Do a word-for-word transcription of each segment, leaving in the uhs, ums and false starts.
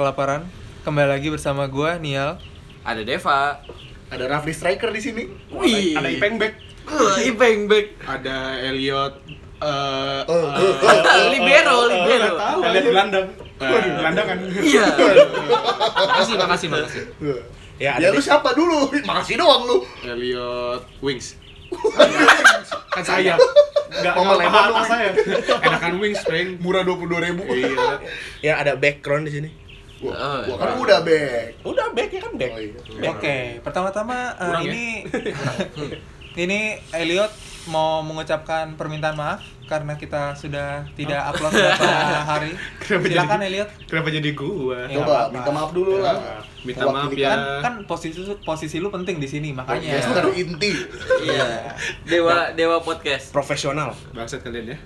kelaparan. Kembali lagi bersama gua Nial. Ada Deva. Ada Rafli Striker di sini. Wih. Ada Ipeng Back. Uh, Ipeng Back. Ada Elliot. Eh, Oh, oh, oh, oh. Libero, libero. tahu. Elliot gelandang. Waduh, gelandang kan. Iya. Makasih, makasih, makasih. Ya, ya lu siapa dulu? Makasih doang lu. Elliot Wings. Kan saya. Enggak Mama enggak lemon apa dong. saya. Enakan Wings, Peng. Murah dua puluh dua ribu. Iya. Ya ada background di sini. Gua, Oh, gua kan udah back. Udah back ya kan back. Oh, iya. Oke, pertama-tama uh, Kurang ya? ini ini Elliot mau mengucapkan permintaan maaf karena kita sudah tidak upload beberapa hari. Kenapa Silakan jadi- Elliot. Kenapa jadi gua? Ya, Coba apa-apa. minta maaf dulu lah. Minta maaf Mewakili ya. Kan kan posisi posisi lu penting di sini makanya. Podcaster inti. Iya. Dewa Dewa Podcast. Profesional. Bangsat kalian ya.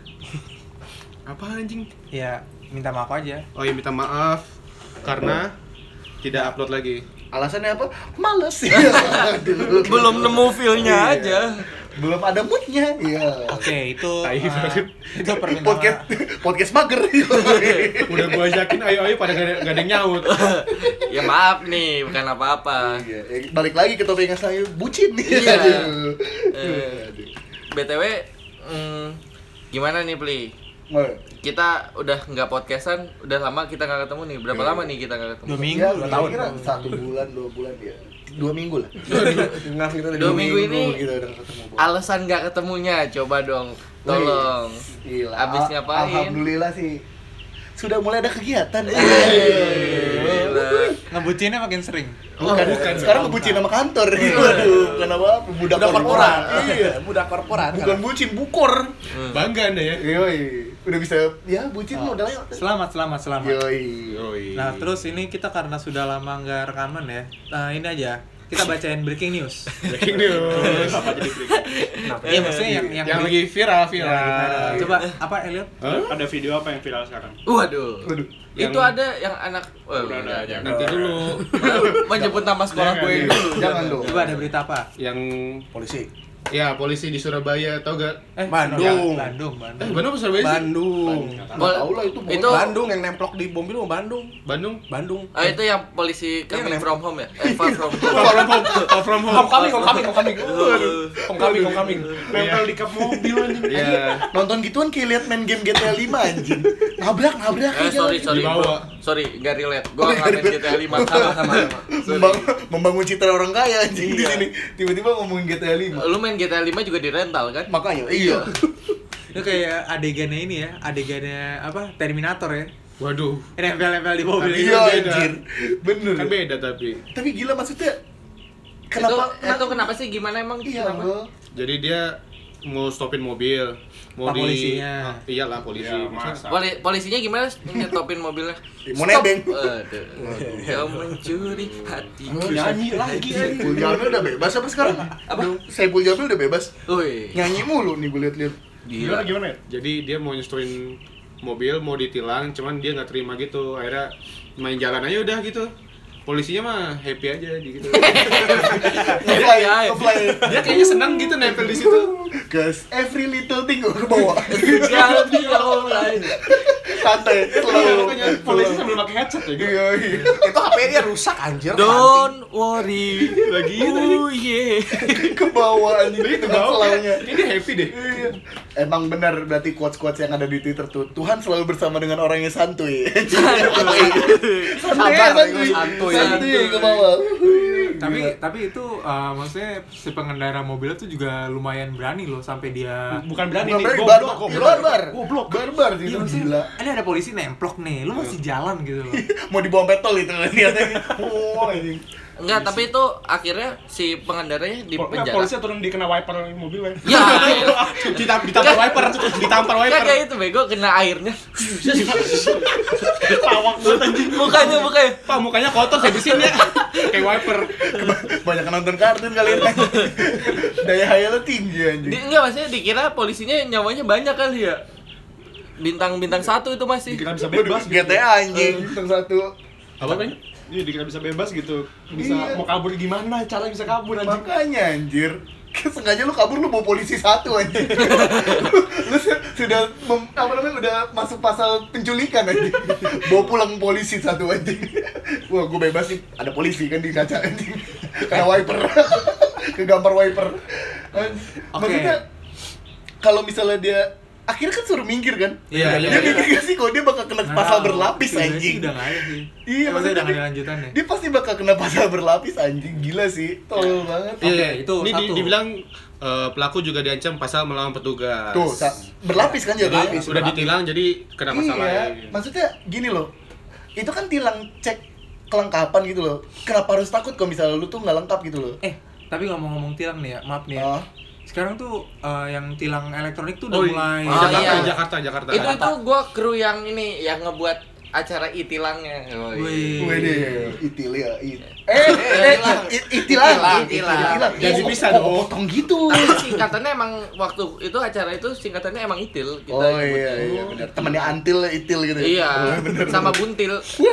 Apa anjing? Ya, minta maaf aja. Oh iya, minta maaf karena tidak upload lagi. Alasannya apa? Males. Aduh. Belum nemu feel-nya Iya. aja. Belum ada moodnya. Iya. Oke, itu Tai uh, banget. itu permintaan Podcast maaf. podcast mager. Udah gua ajakin ayo-ayo pada gak ada, gak ada yang nyaut. Ya maaf nih, bukan apa-apa. Iya, eh, balik lagi ke topiknya saya bucin. Iya. Aduh. Eh, B T W mm, gimana nih, Pli? Oh, Kita udah nggak podcastan, udah lama kita nggak ketemu nih. Berapa Iya. lama nih kita nggak ketemu? Dua minggu, ya, dua tahun. kira satu bulan, dua bulan ya. Dua minggu lah. Nggak kita Dua minggu ini kita udah ketemu. Bos. Alasan nggak ketemunya, coba dong, tolong. Gila. Abis Al- ngapain? Alhamdulillah sih. Sudah mulai ada kegiatan. Gila. Ngebucinnya makin sering. Bukan, bukan. sekarang ngebucin sama kantor. Waduh, bukan apa-apa, budak Budak korporat. Iya. Budak korporat. Bukan bucin, bukor. Bangga Anda ya. Yoi. Udah bisa ya bucin modalnya. Selamat, selamat, selamat. Yoi. Yoi. Nah, terus ini kita karena sudah lama nggak rekaman ya. Nah, ini aja. Kita bacain breaking news. breaking news. Apa jadi breaking? Iya, maksudnya yang yang, Yang lagi viral, viral. Nah, coba apa Elliot? Hah? Ada video apa yang viral sekarang? Waduh. Waduh. Itu Yang- ada yang anak oh, Udah ada, jangan. Nanti dulu. Menyebut nama sekolah Jangan, gue jangan. dulu. Jangan dong. Coba ada berita apa? Yang Polisi. ya polisi di Surabaya, tau gak? Eh, Bandung. Bandung, Eh, Bandung. Bandung apa Surabaya sih? Bandung. Nggak tahu lah itu. Itu Bandung yang nemplok di bom itu Bandung. Bandung. Bandung. ah, itu yang polisi coming Yang from home ya? Eh, far from home. Far from home. Far from home. Homecoming, homecoming, homecoming. Waduh. Homecoming, homecoming. Nempel di kap mobil anjing. Iya. Nonton gituan kayak liat main game G T A lima anjing. Nabrak, nabrak Eh, aja. sorry, sorry. Dibawa. Sorry, nggak relate. Gua Oh, nggak main nggak G T A lima sama sama. Sorry. Membang- membangun citra orang kaya anjing di Iya. sini. Tiba-tiba ngomongin G T A lima. Lu main G T A lima juga di rental kan? Makanya iya. Itu kayak adegannya ini ya, adegannya apa? Terminator ya. Waduh. Nempel-nempel di mobil Tapi itu. Iya beda. anjir. Bener. Kan beda tapi. Tapi gila maksudnya Kenapa? kenapa Itu, itu kenapa sih? Gimana emang? Iya, kenapa? bro. Jadi dia mau stopin mobil. Mau Pak di polisinya. Ah, iyalah polisi. Ya, Masa- masa. Poli polisinya gimana nyetopin mobilnya? Mau Stop. nebeng. Aduh. Kau mencuri hatiku. Nyanyi lagi anjing. Saiful Jamil udah bebas apa sekarang? Apa? Saiful Jamil udah bebas. Wih. Nyanyi mulu nih gue liat-liat. Gimana Gila. gimana ya? Jadi dia mau nyustuin mobil, mau ditilang, cuman dia nggak terima gitu. Akhirnya main jalan aja udah gitu. Polisinya mah happy aja di gitu. Ngefly, Iya, iya. ngefly. Dia kayaknya senang gitu nempel di situ. Cause every little thing gue bawa. Jadi alright. Santai, slow. Polisi sambil pakai headset ya gitu. Iya, iya. Itu H P-nya rusak anjir. Don't worry. Lagi Oh yeah. Ke bawah anjing Dia itu ke bawah. slownya. Ini happy deh. Iya. Emang benar berarti quotes-quotes yang ada di Twitter tuh Tuhan selalu bersama dengan orang yang santuy. Santuy, Sabar, santuy, santuy. santuy ke bawah. Tapi tapi itu uh, maksudnya si pengendara mobilnya tuh juga lumayan berani loh sampai dia Bukan berani Bukan nih, berani, goblok, bar- goblok. barbar. Goblok. Barbar sih Iya, itu maksudnya, gila. Ini ada polisi nemplok nih, lu masih jalan gitu loh. Mau dibawa petol itu lihatnya. Oh, anjing. Enggak, tapi itu akhirnya si pengendaranya di Pol- penjara. Polisi turun dikena wiper mobilnya. Ya, Ditam- ditampar wiper, ditampar kan wiper. kayak itu bego kena airnya. Lawak banget anjing. Mukanya mukanya. Pak mukanya kotor saya bersihin ya. Kayak wiper. Banyak nonton kartun kali ini. Daya hayalnya tinggi anjing. Di, enggak maksudnya dikira polisinya nyawanya banyak kali ya. Bintang-bintang satu itu masih. Dikira bisa Waduh, bebas G T A anjing yang satu. Apa Bang? Iya, dikira bisa bebas gitu. Bisa Iya. mau kabur gimana? Cara bisa kabur anjing. Makanya anjir. Sengaja lu kabur lu bawa polisi satu anjing. Lu su- sudah mem, apa namanya udah masuk pasal penculikan anjing. Bawa pulang polisi satu anjing. wah gue bebas nih, ada polisi kan di kaca anjing. Kena wiper. Kegampar wiper. Maksudnya kalau misalnya dia akhirnya kan suruh minggir kan? Iya, iya, Dia iya. mikir gak sih kalau dia bakal kena Nggak pasal tahu. berlapis Itu anjing. udah nggak ada sih. Iya, Maksudnya maksudnya udah nggak ada dia- lanjutannya. Dia pasti bakal kena pasal berlapis anjing, gila sih. Tolol banget. Oke, Iya, itu ini di- satu. dibilang eh, pelaku juga diancam pasal melawan petugas. Tuh, sa- berlapis kan jadi. Jadi udah ditilang jadi kena masalah. Iya, ya. maksudnya gini loh. Itu kan tilang cek kelengkapan gitu loh. Kenapa harus takut kalau misalnya lu tuh nggak lengkap gitu loh? Eh, tapi ngomong-ngomong tilang nih ya, maaf nih ya. Oh. Sekarang tuh eh, yang tilang elektronik tuh udah Oh, mulai Oh, Jakarta, iya. Jakarta, Jakarta. Itu itu gua kru yang ini yang ngebuat acara itilangnya. Oh, iya. Wih. Wih deh, itil ya, it. Eh, eh, Itilang. it- itilang, Itilang, itilang. itilang. Jangan Kok- bisa kok dong. Potong gitu. Tapi singkatannya emang waktu itu acara itu singkatannya emang itil kita Oh iya nyebutnya. iya benar. Temannya Antil itil gitu. ya? Iya, Oh, bener. sama buntil.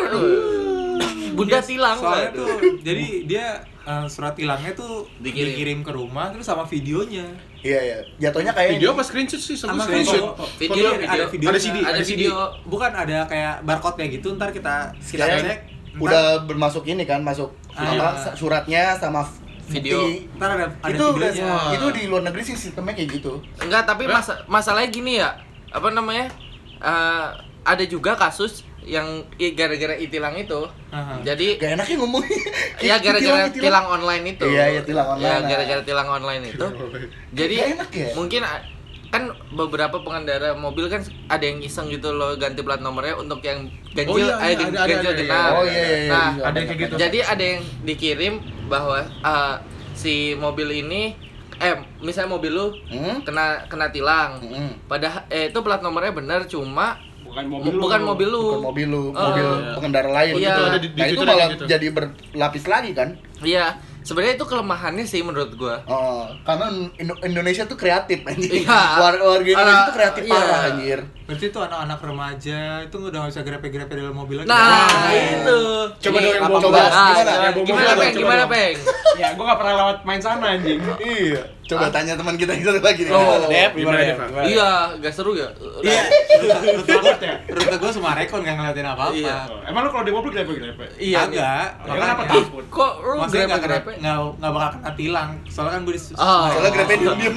Bunda tilang. Soalnya waduh. tuh jadi dia eh, surat tilangnya tuh Dikirim. dikirim. ke rumah terus sama videonya. Iya iya. Jatuhnya kayak Video apa screenshot sih? Sama Sama screenshot. foto. Video, Foto, video. ada video. Ada C D. Ada video. Bukan ada kayak barcode-nya gitu, ntar kita kita Kayak cek. ntar- udah bermasuk ini kan, masuk Ah, apa iya. suratnya sama Video. bukti. Ntar ada ada itu udah videonya. itu di luar negeri sih sistemnya kayak gitu. Enggak, tapi masa masalahnya gini ya. Apa namanya? Eh, ada juga kasus yang i- gara-gara itilang itu. Aha. Jadi Gak enaknya ngomong. ya gara-gara Tilang, tilang online itu. Iya, iya, tilang online. Ya gara-gara tilang online itu. Jadi Gak enak ya? mungkin a- kan beberapa pengendara mobil kan ada yang iseng gitu loh ganti plat nomornya untuk yang ganjil Oh, iya, eh, iya, gen- ada, ada, ganjil ada, genap. Oh iya iya iya. Nah, iya, ada banyak, kayak gitu. banyak. Jadi ada yang dikirim bahwa eh, si mobil ini eh misalnya mobil lu Hmm? kena kena tilang. Hmm. Padahal eh itu plat nomornya benar cuma Bukan mobil lu. bukan mobil lu. Bukan mobil lu, Oh. mobil pengendara lain Iya. gitu. Ada di- di Nah, itu Twitter malah ada gitu. jadi berlapis lagi kan? Iya, sebenarnya itu kelemahannya sih menurut gua. Oh, karena Indo- Indonesia tuh kreatif anjir. Iya. War- Warga Indonesia Ah, tuh kreatif iya. parah anjir. Berarti tuh anak-anak remaja itu udah nggak bisa grepe-grepe dalam mobil lagi. Nah, Nah, itu. Coba Ini dong yang apa- bawa coba. Nah, Gimana? coba. Yang bawa Gimana, mobil, Peng? coba Gimana, dong. Peng? Ya, gua gak pernah lewat main sana anjing. Iya. Coba tanya teman kita yang satu lagi nih. Oh. Dep, Gimana, gimana, Dep? Dep? Iya, gak seru ya? Iya. Takut ya? Rute gue sama Rekon nggak ngeliatin apa-apa. Iya. Oh, emang lu kalau di mobil grepe-grepe? Iya. Agak. Ya, kenapa makanya. takut? Kok lu Maksudnya nggak grepe-grepe? kena- nggak nggak bakal kena tilang. Soalnya kan gue di Oh. Soalnya grepe diem-diem.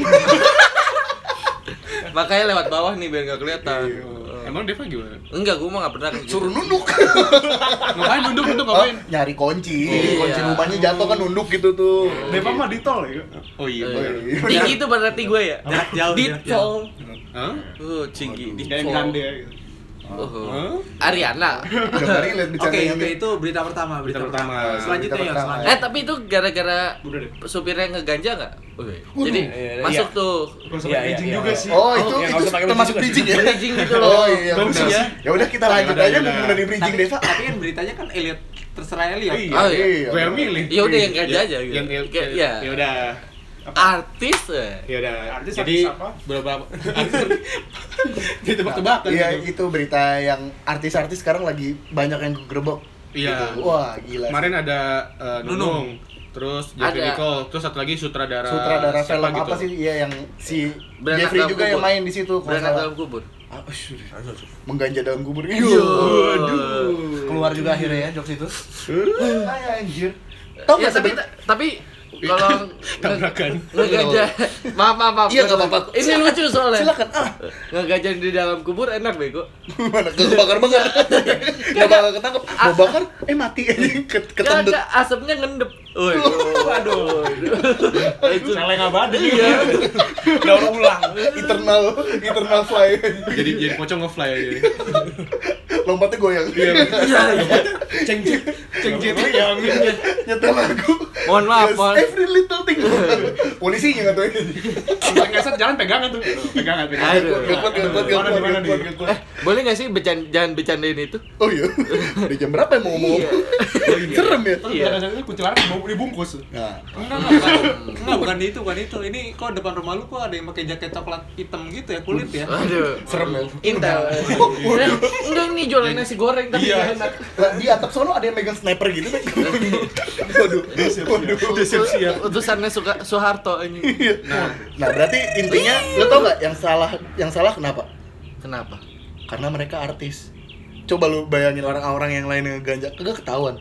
Makanya lewat bawah nih biar gak kelihatan. Emang Deva gimana? Enggak, gua mah gak pernah kayak gitu. Suruh nunduk. Ngapain duduk-duduk Oh, ngapain? nyari kunci. Iya. Kunci rumahnya jatuh kan nunduk gitu tuh. Deva mah di tol ya. Oh iya. Eh, iya. Tinggi itu berarti gue ya? Jarak jauh, Di jarak jauh. tol. Hah? Oh, tinggi di Kayak tol. gande gitu. Oh. Hah? Ariana. Udah gak relate Oke, bercanda oke itu berita pertama, berita, Berita pertama. pertama. Selanjutnya Berita ya, pertama. selanjutnya. Eh, tapi itu gara-gara Udah deh. supirnya ngeganja nggak? Jadi Iya, masuk iya. tuh Gak usah Iya, pakai iya, bridging iya. juga sih. Oh, itu ya, nggak itu usah pakai termasuk bridging bridging ya? bridging gitu loh. Oh iya, Bagus benar. ya. Ya udah kita lanjut Yaudah, aja yaudah. mumpung udah di bridging Tapi, Deva. tapi kan beritanya kan Elliot terserah Elliot. Iya. Oh, iya. Iya. Gue yang milih. Ya udah yang ganja aja gitu. Yang Kayak, ya. ya udah. Artis eh. Ya udah. Artis, Jadi artis apa? beberapa Dia tebak-tebakan. Iya, gitu. itu berita yang artis-artis sekarang lagi banyak yang gerbek. Iya. Gitu. Wah, gila. Kemarin ada uh, Nunung. Nunung, terus Jeffrey Ada. Nicole, terus satu lagi sutradara Sutradara siapa film apa sih? Iya, yang si Beranak Jeffrey dalam juga kubur. yang main di situ. kalau Beranak salah. dalam kubur. Ah, ush, mengganja dalam kubur. Iya. Waduh. Keluar juga akhirnya ya jokes itu. Ay, anjir. Tau Ya nggak tapi seben- tapi kalau tabrakan. ngeganja, maaf maaf maaf. Iya, nggak apa-apa. Ini lucu soalnya. Silakan. Ah, Ngeganja di dalam kubur enak bego. mana kebakar-bakar. Enggak bakal ketangkep. Mau bakar eh mati anjing Ket- ketendut. Kagak, asapnya ngendep. Woi, waduh. Itu Celeng abadi. iya. Daur ulang. Eternal eternal fly. Jadi jadi pocong nge-fly aja. Lompatnya goyang. Iya, iya. Cengjet. Cengjet. Yang Nyetel lagu. Mohon maaf, Yes, mohon. every little thing. Polisinya nggak tahu ini. Sampai ngeset jalan pegangan tuh. Pegangan, pegangan. Aduh. Gakut, gakut, Mana di mana gakut, nih? gakut. Eh, boleh nggak sih becan jangan bercandain itu? Oh iya. Di jam berapa ya mau ngomong? Iya. Serem ya. Terus Iya. pegangan itu kuntilanak mau dibungkus. Nah, Enggak, enggak, bukan, enggak, bukan itu, bukan itu. Ini kok depan rumah lu kok ada yang pakai jaket coklat hitam gitu ya, kulit ya. Aduh. serem ya. Intel. Enggak ini jualan nasi goreng tapi Iya. nggak enak. Lah, di atap sono ada yang megang sniper gitu, Bek. Waduh. Waduh. Udah siap-siap. Utusannya suka Soeharto ini. Nah, nah berarti intinya lo tau nggak yang salah yang salah kenapa? Kenapa? Karena mereka artis. Coba lu bayangin orang-orang yang lain ngeganja, kagak ketahuan.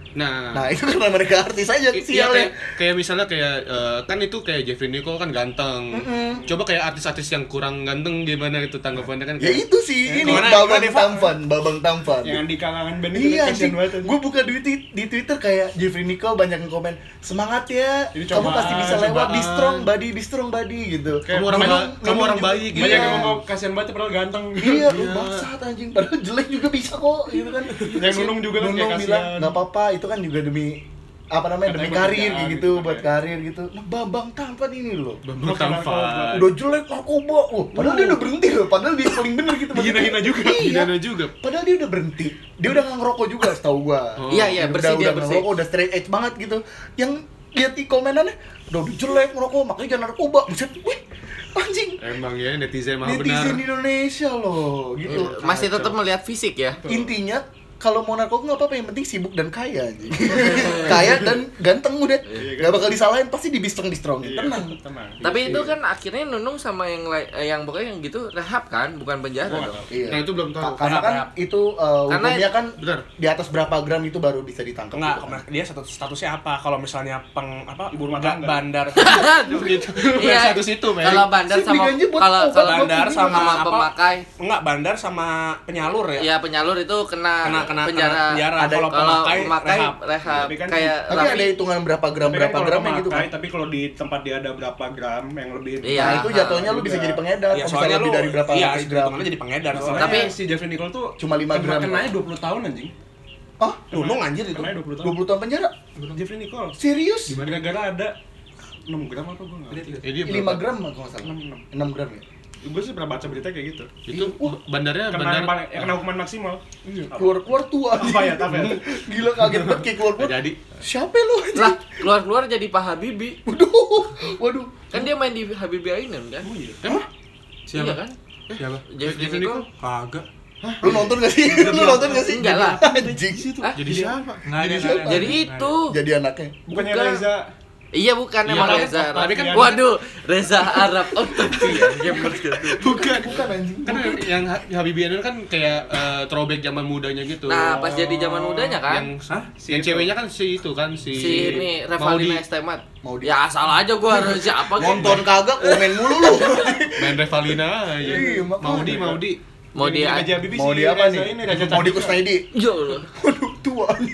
Nah, Nah, itu karena mereka artis aja I- iya sialnya. kayak, kayak misalnya kayak eh, kan itu kayak Jeffrey Nicole kan ganteng. Mm-mm. Coba kayak artis-artis yang kurang ganteng gimana itu tanggapannya kan Ya kayak itu sih, ini Gimana- Babang gimana, Deva? Tampan, Babang Tampan. Yang di kalangan band itu Iya kasihan sih, banget. gue buka di, di Twitter kayak Jeffrey Nicole banyak yang komen semangat ya, Ini kamu cobaan, pasti bisa lewat, cobaan. di strong body, di strong body gitu. kamu orang Nunung- ba- kamu Nunung orang juga- baik gitu. Banyak Iya. yang ngomong kasihan banget padahal ganteng. Iya, lu bangsat anjing, padahal jelek juga bisa kok, gitu kan. Yang Nunung juga kan Nunung kayak bilang kasihan. nggak apa-apa, itu kan juga demi apa namanya Katanya demi buat karir kerjaan kayak gitu, gitu, buat katanya. karir gitu. Nah, Babang Tampan ini loh. Bambang Bukan Tampan. narkoba. Udah jelek narkoba, oh, padahal dia udah berhenti loh, padahal dia paling bener gitu. Hina-hina juga. Iya. Hina juga. Padahal dia udah berhenti. Dia udah nggak ngerokok juga setahu gua. Oh. Iya, iya, Udah- bersih udah, dia, udah bersih. ngerokok, udah straight edge banget gitu. Yang lihat di komenannya, udah udah jelek ngerokok, makanya jangan narkoba. Buset, wih, anjing. Emang ya netizen maha Netizen benar. Indonesia loh, gitu. Masih tetap melihat fisik ya. Intinya kalau mau narkoba nggak apa-apa, yang penting sibuk dan kaya anjing. Kaya dan ganteng udah. Iya, Gak bakal disalahin, pasti dibistrong-distrongin. Iya, Tenang. tenang. Tapi itu kan akhirnya Nunung sama yang lai- eh, yang pokoknya yang gitu rehab kan, bukan penjara Gua nggak dong. tahu. Iya. Nah, itu belum tahu. Ka- Karena Rehab, kan rehab. itu uh, Karena- hukumnya kan Benar. di atas berapa gram itu baru bisa ditangkap. Enggak, gitu kan. dia status statusnya apa? Kalau misalnya peng apa Ibu rumah ba- tangga. bandar Gitu. Iya. Satu situ, men. Kalau bandar Sih, sama beli ganja buat kalau obat, kalau buat bandar ini, sama sama apa? pemakai Enggak, bandar sama penyalur ya. ya penyalur itu kena, Kena kena penjara. kena penjara. Ada- Kalau Kalau pemakai, pemakai rehab. rehab, Tapi kan- kayak Tapi Raffi. ada hitungan berapa gram Tapi kan berapa kalau gram yang gitu pemakai, kan. tapi kalau di tempat dia ada berapa gram yang lebih. Iya. Nah, itu jatuhnya lu juga. bisa jadi pengedar, Iya, kalau soalnya lebih lu dari berapa iya, ratus gram. hitungannya jadi pengedar. Masalahnya Tapi- si Jeffrey Nicole tuh Cuma lima gram. Kenanya dua puluh tahun anjing. Ah, Nunung anjir itu. Kenanya dua puluh tahun. dua puluh tahun penjara? Jeffrey Nicole. Serius? Gara-gara ada enam gram apa gua enggak. Eh, dia lima berapa? gram kalau nggak salah. enam enam. enam gram ya? Gue sih pernah baca berita kayak gitu. Itu bandarnya Kena bandar yang paling yang kena hukuman maksimal. Keluar-keluar tua. Apa ya, apa ya? Gila kaget banget kayak keluar-keluar. Nggak jadi. Siapa lu? lah keluar-keluar jadi Pak Habibie. Waduh. Waduh. Kan dia main di Habibie Ainun kan? Oh iya. Siapa? Iya kan? Siapa? Jeffrey Jeffrey Nicole. Kagak. Lu nonton gak sih? Lu nonton gak sih? Enggak lah. Anjing sih tuh. Hah? Jadi siapa? Nggak ada. Jadi nggak ada, Jadi nggak ada. itu. Jadi anaknya. Bukannya Bukan. Reza. Iya bukan Iya, emang kan? Reza. Tapi kan- Waduh, Reza Arab. Oh tapi ya, gamer gitu. Bukan. Bukan anjing. Kan yang Ha- Habibie Ainun kan kayak eh, throwback zaman mudanya gitu. Nah, pas jadi zaman mudanya kan, yang Hah? yang ceweknya kan si itu kan si si ini Maudi. Revalina Estemat. Mau di- Ya asal aja gua harus siapa gitu. Nonton kagak komen mulu lu. main Revalina aja. Iya, makanya. Maudi Maudi. Mau Yang dia Raja Habibie Mau si di apa Reza nih? Ini Raja Mau di Cantik. Kusnaidi. Ya Allah. Waduh, tua nih.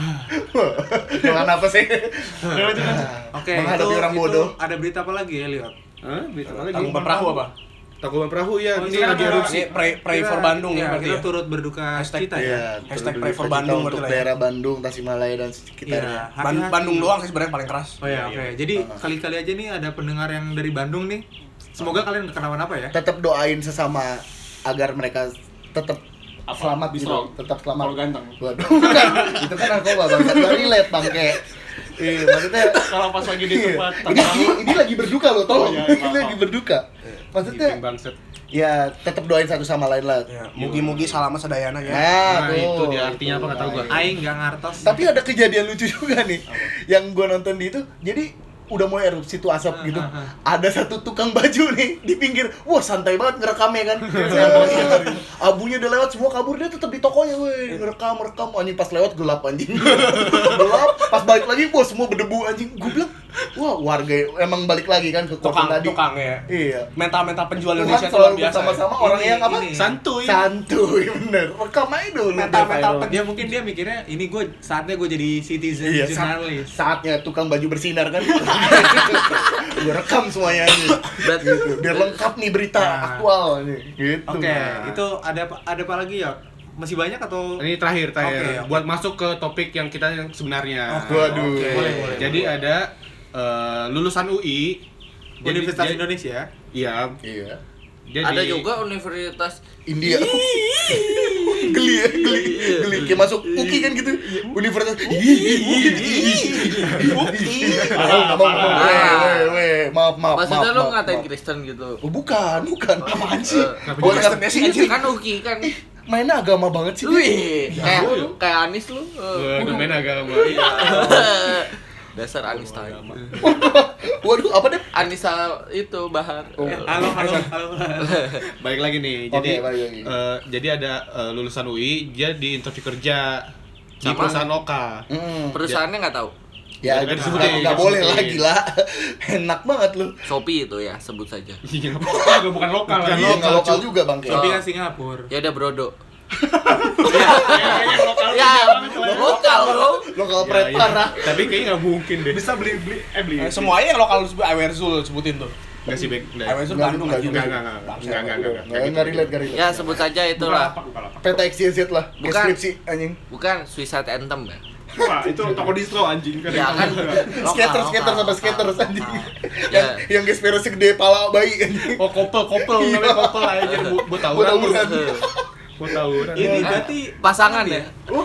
Jangan apa sih? Udah lanjut lanjut. Oke, Menghadapi itu, orang itu bodoh. ada berita apa lagi ya, Liot? Hah? Berita apa lagi? Tangkuban perahu apa? Tangkuban perahu ya. Oh, ini ini lagi ada- erupsi. Ini pray pray for Kita- Bandung ya iya, berarti kita ya. turut berduka Hashtag cita ya. Iya, Hashtag turut pray for berduka Bandung cita berarti untuk lah ya. daerah Bandung, Tasikmalaya dan Iya, sekitarnya. Ban- hati-hati. Bandung doang sih sebenarnya paling keras. Oh ya, oke. Jadi Ah. kali-kali aja nih ada pendengar yang dari Bandung nih. Semoga kalian gak kenapa-napa ya. Tetap doain sesama agar mereka tetap Apa? selamat gitu, Bistrong. tetap selamat. Kalau ganteng. Waduh, itu kan narkoba bang, gak relate bang kayak. Iya, maksudnya Kalau pas lagi di iya. tempat ini, ini, ini lagi berduka loh, tolong. Oh, iya, iya, Ini maaf, lagi maaf. berduka. Maksudnya Gipeng bangset. ya tetap doain satu sama lain lah. Ya, mugi-mugi salamat sadayana ya. Nah, Nah, tuh, itu dia artinya apa nggak tahu gua. Aing gak ngartos. Tapi ada kejadian lucu juga nih, yang gua nonton di itu. Jadi udah mulai erupsi tuh asap gitu. Ada satu tukang baju nih di pinggir. Wah, santai banget ngerekamnya kan. Iya. Abunya udah lewat semua kabur, dia tetap di tokonya, weh. Ngerekam, rekam anjing, pas lewat gelap anjing. Gelap, pas balik lagi, wah semua berdebu anjing. Gua bilang, wah, warga emang balik lagi kan ke kota Tukang tadi. tukang ya. Iya. Mental-mental penjual Tuhan Indonesia itu selalu luar biasa. bersama-sama orang Ini- yang apa? ini. Santuy. Santuy, bener. Rekam aja dulu. Mental-mental Viral. dia mungkin dia mikirnya ini gue saatnya gue jadi citizen Iya, sa- jurnalis. saatnya tukang baju bersinar kan. Gue rekam semuanya ini. Berarti Gitu. Biar lengkap nih berita Nah. aktual nih. Gitu. Oke, Nah. itu ada apa- ada apa lagi ya? Masih banyak atau Ini terakhir, terakhir. Oke, oke. Buat masuk ke topik yang kita yang sebenarnya. Oke, waduh. Oke. Boleh, boleh. Jadi ada eh, lulusan U I. Jadi Universitas dia- Indonesia? Iya. Iya. Dia ada di- juga universitas India. Geli ya, geli. Geli kayak masuk U K I kan gitu. Universitas. Maaf, maaf, maaf. Weh, weh, weh. Maaf, maaf, maaf. maksudnya lu maaf, ngatain maaf. Kristen gitu. Oh, bukan, bukan. Apaan sih? Kenapa Boleh jadi kan? sih, Iya, Kan Uki kan. Ih, mainnya agama banget sih. dia. Wih, kayak Ya, kayak Anis lu. Eh, Waduh, main agama. Dasar Anis tai. Waduh, apa deh? Anissa itu Bahar. Oh. Halo, halo, halo. Baik lagi nih. Oke, Jadi balik lagi. eh, jadi ada eh, lulusan U I, dia di interview kerja. di Sama. perusahaan lokal. Mm. Perusahaannya nggak tahu. Ya, Nggak nggak disebutin, nggak nggak boleh disebutin. lagi lah. Enak banget lu. Shopee itu ya, sebut saja. Iya. Juga bukan lokal Bukan lagi. Iya, nggak lokal cuy. juga bang. Tapi Oh. kan Singapura. Ya udah Brodo. Yang lokal. Ya, lokal bro. Lokal Ya, pret ya. parah. Tapi kayaknya nggak mungkin deh. Bisa beli beli eh beli. Eh, semuanya yang lokal sebut Awerzul sebutin tuh. Nggak sih, Bek. Nggak. Awerzul Nggak, Bandung nggak aja. juga. Nggak, nggak, nggak. Nggak, nggak, nggak, nggak. Nggak nggak relate, nggak relate. Ya sebut saja Bukan itulah. lapak, bukan lapak. Peta X Y Z lah. Bukan. Deskripsi anjing. Bukan Suicide Anthem ya. Wah, itu toko distro anjing kan. Ya kan. Skater, Lokal, skater lokal, sama skater lokal, anjing. lokal. Yang Ya. yang gesper segede pala bayi anjing. Oh, kopel, kopel, Iya. namanya kopel aja buat buat tawuran. Buat tawuran. Eh, Buat tawuran. Ini Eh, berarti pasangan ya.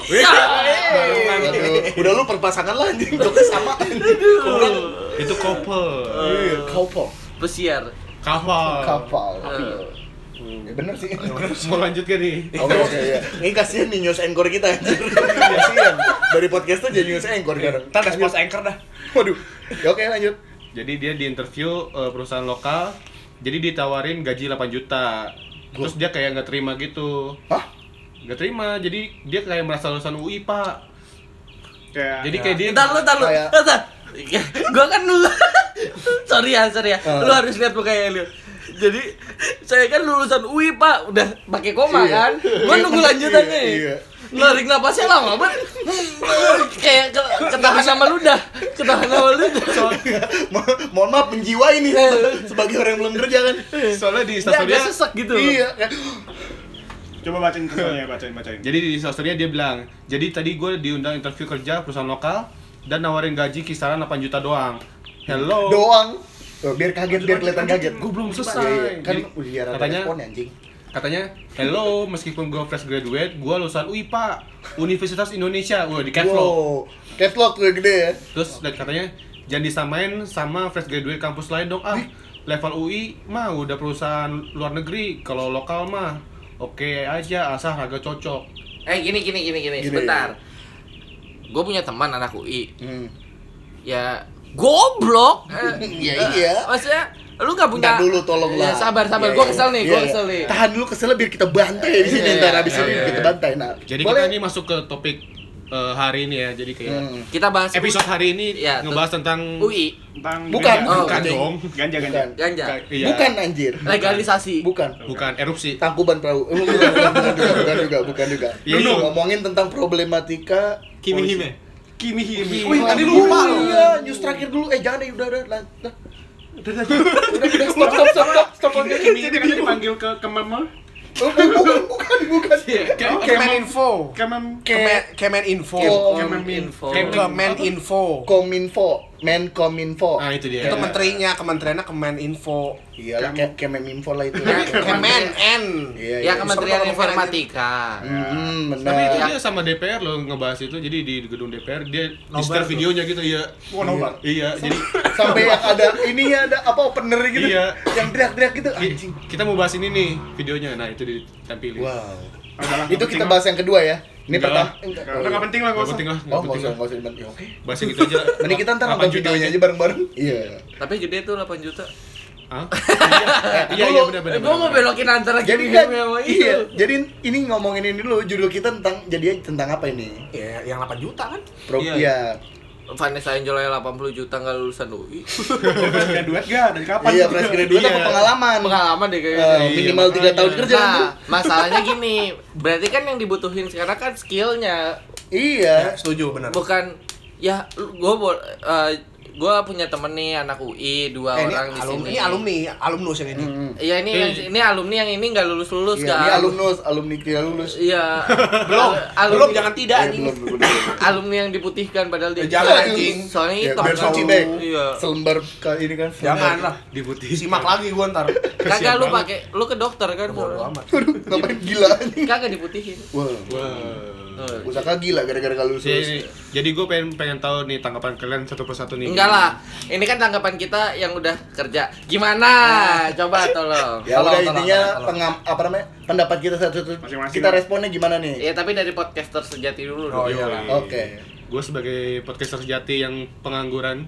Aduh, udah lu perpasangan lah anjing. Joknya sama anjing. Itu kopel. Iya, kapal. Pesiar. Kapal. Kapal. Eh. Ya bener sih. Mau lanjut gak nih? Oke oke ya. Ini kasihan nih news anchor kita anjir. Kasihan. Dari podcast tuh jadi news anchor sekarang. Ntar ada spons anchor dah. Waduh. Ya oke lanjut. Jadi dia di interview eh, perusahaan lokal, jadi ditawarin gaji delapan juta. Terus dia kayak nggak terima gitu. Hah? Nggak terima, jadi dia kayak merasa lulusan U I, Pak. Kayak Jadi kayak dia Ntar lu, ntar lu. Kayak- Ntar. Gua kan dulu. sorry ya, sorry ya. Ah. Lu harus lihat mukanya lu. Jadi saya kan lulusan U I, Pak. Udah pakai koma Iya. kan. Gua nunggu lanjutannya. Iya, iya. Narik napasnya lama banget. Kayak ke, ketahan sama ludah. Ketahan sama ludah. Mo- mohon maaf menjiwai nih sebagai orang yang belum kerja kan. soalnya di Dia instastory agak sesek gitu. Iya kan. coba bacain kesannya, bacain bacain. jadi di instastory dia bilang, jadi tadi gue diundang interview kerja perusahaan lokal dan nawarin gaji kisaran delapan juta doang. Hello. Doang. Tuh, biar kaget, biar kelihatan kaget. Gue belum Iya, selesai. iya. Kan Jadi, biar ada katanya respon anjing. katanya, hello, meskipun gue fresh graduate, gue lulusan U I, Pak, Universitas Indonesia. Wah, di caps lock. Wow. Catlock tuh gede ya. Terus dan katanya jangan disamain sama fresh graduate kampus lain dong. Ah, level U I mah udah perusahaan luar negeri. Kalau lokal mah oke aja asal harga cocok. Eh gini gini gini gini, Gini. sebentar. Gue punya teman anak U I. Hmm. Ya goblok. Eh, Iya, eh, iya. Maksudnya lu nggak punya. Ntar dulu tolong lah. Ya, sabar sabar, Iya, gue iya. kesel nih, Iya, gue iya. kesel nih. Tahan dulu keselnya biar kita bantai di sini. Iya, Ntar iya, abis iya, ini iya. kita bantai. Nah, Jadi boleh. kita ini masuk ke topik eh, hari ini ya. Jadi kayak Hmm. Kita bahas episode hari ini Ya, ngebahas tentang U I, Tentang Bukan. ganja. Oh, bukan anjing. dong. Ganja ganja. Bukan. ganja, Iya. Bukan anjir. legalisasi. Bukan. Bukan erupsi. Tangkuban perahu. Eh, bukan, bukan, bukan juga, bukan juga, bukan juga. Iya, Lu iya. ngomongin tentang problematika Kimi Hime. Kimi Himi. Wih, tadi aduh, lupa lu. Iya, news terakhir dulu. Eh, jangan deh, udah, udah, udah. Udah, udah, udah, udah, stop, stop, stop, stop, stop. Kimi Himi kan dipanggil ke Kemama. Oh, bukan, bukan, bukan. Kemeninfo. Kemam Kayak Kemeninfo. Kom- Kemeninfo. Kemeninfo. Kominfo, Menkominfo. Ah, itu dia. Itu menterinya, kementeriannya Kemeninfo. Iya lah, kayak Kemeninfo lah itu. Kemen N. Iya, Ya iya. Kementerian Bisa ngomong Informatika. Hmm, Tapi itu benar. dia sama D P R loh ngebahas itu. Jadi di gedung D P R dia di Nobar setel tuh. videonya gitu ya. Wah, nobar. Iya, jadi Sampai yang ada ininya ada apa opener gitu. Iya. Yang teriak-teriak gitu. ki- Anjing. kita mau bahas ini nih videonya. Nah, itu ditampilin. Wow. Adalah Itu kita bahas yang kedua ya. Ini Enggak pertama. Udah enggak penting lah, Nggak enggak penting usah. lah, Oh, nggak enggak penting usah, lah. enggak usah dibantu. Oke. Bahas yang gitu aja. Mending kita ntar delapan nonton juta videonya aja bareng-bareng. Iya. Tapi gede tuh delapan juta. Hah? Iya, iya, iya, benar benar. Gue mau belokin antara Jadi Kimi kan, Hime sama itu. iya. Jadi ini ngomongin ini dulu judul kita tentang jadi tentang apa ini? Ya, yang delapan juta kan? Pro, Iya. iya. Vanessa Angel yang delapan puluh juta nggak lulusan U I. Graduate gak? Dari kapan? Iya, fresh graduate apa Iya. pengalaman? Pengalaman deh Eh, kayaknya. Iya, minimal tiga makanya. tahun kerja kan Nah, tuh. masalahnya gini, berarti kan yang dibutuhin sekarang kan skillnya, Iya. Ya, setuju, benar. bukan ya gue gue punya temen nih anak U I dua Eh, ini orang di alumni, sini. ini alumni, alumnus yang ini. Hmm. Iya ini Eh. yang ini alumni yang ini nggak lulus lulus Iya, kan? ini alumnus, alumni tidak lulus. Iya. Belum, alumni, belum jangan tidak Eh, anjing. belum, belum, belum. alumni yang diputihkan padahal dia. Eh, jangan, anjing. Soalnya Ya, hitam biar kan. suci baik. Iya. Selembar kali ini kan. Jangan lah. Diputih. Simak lagi gua ntar. Kagak lu pakai lu ke dokter kan? Bodoh amat. Aduh, ngapain gila anjing. Kagak diputihin. Wah, Wah. Oh. usaha gila gara-gara gak lulus. Jadi, jadi gue pengen pengen tahu nih tanggapan kalian satu persatu nih. Enggak lah. Ini kan tanggapan kita yang udah kerja. Gimana? Coba tolong. Ya Tolong, udah tolong, intinya tolong. pengam, apa namanya? Pendapat kita satu-satu. Masing-masing Kita lah. responnya gimana nih? Ya tapi dari podcaster sejati dulu Oh, dong. iya lah. Oke. Gue sebagai podcaster sejati yang pengangguran.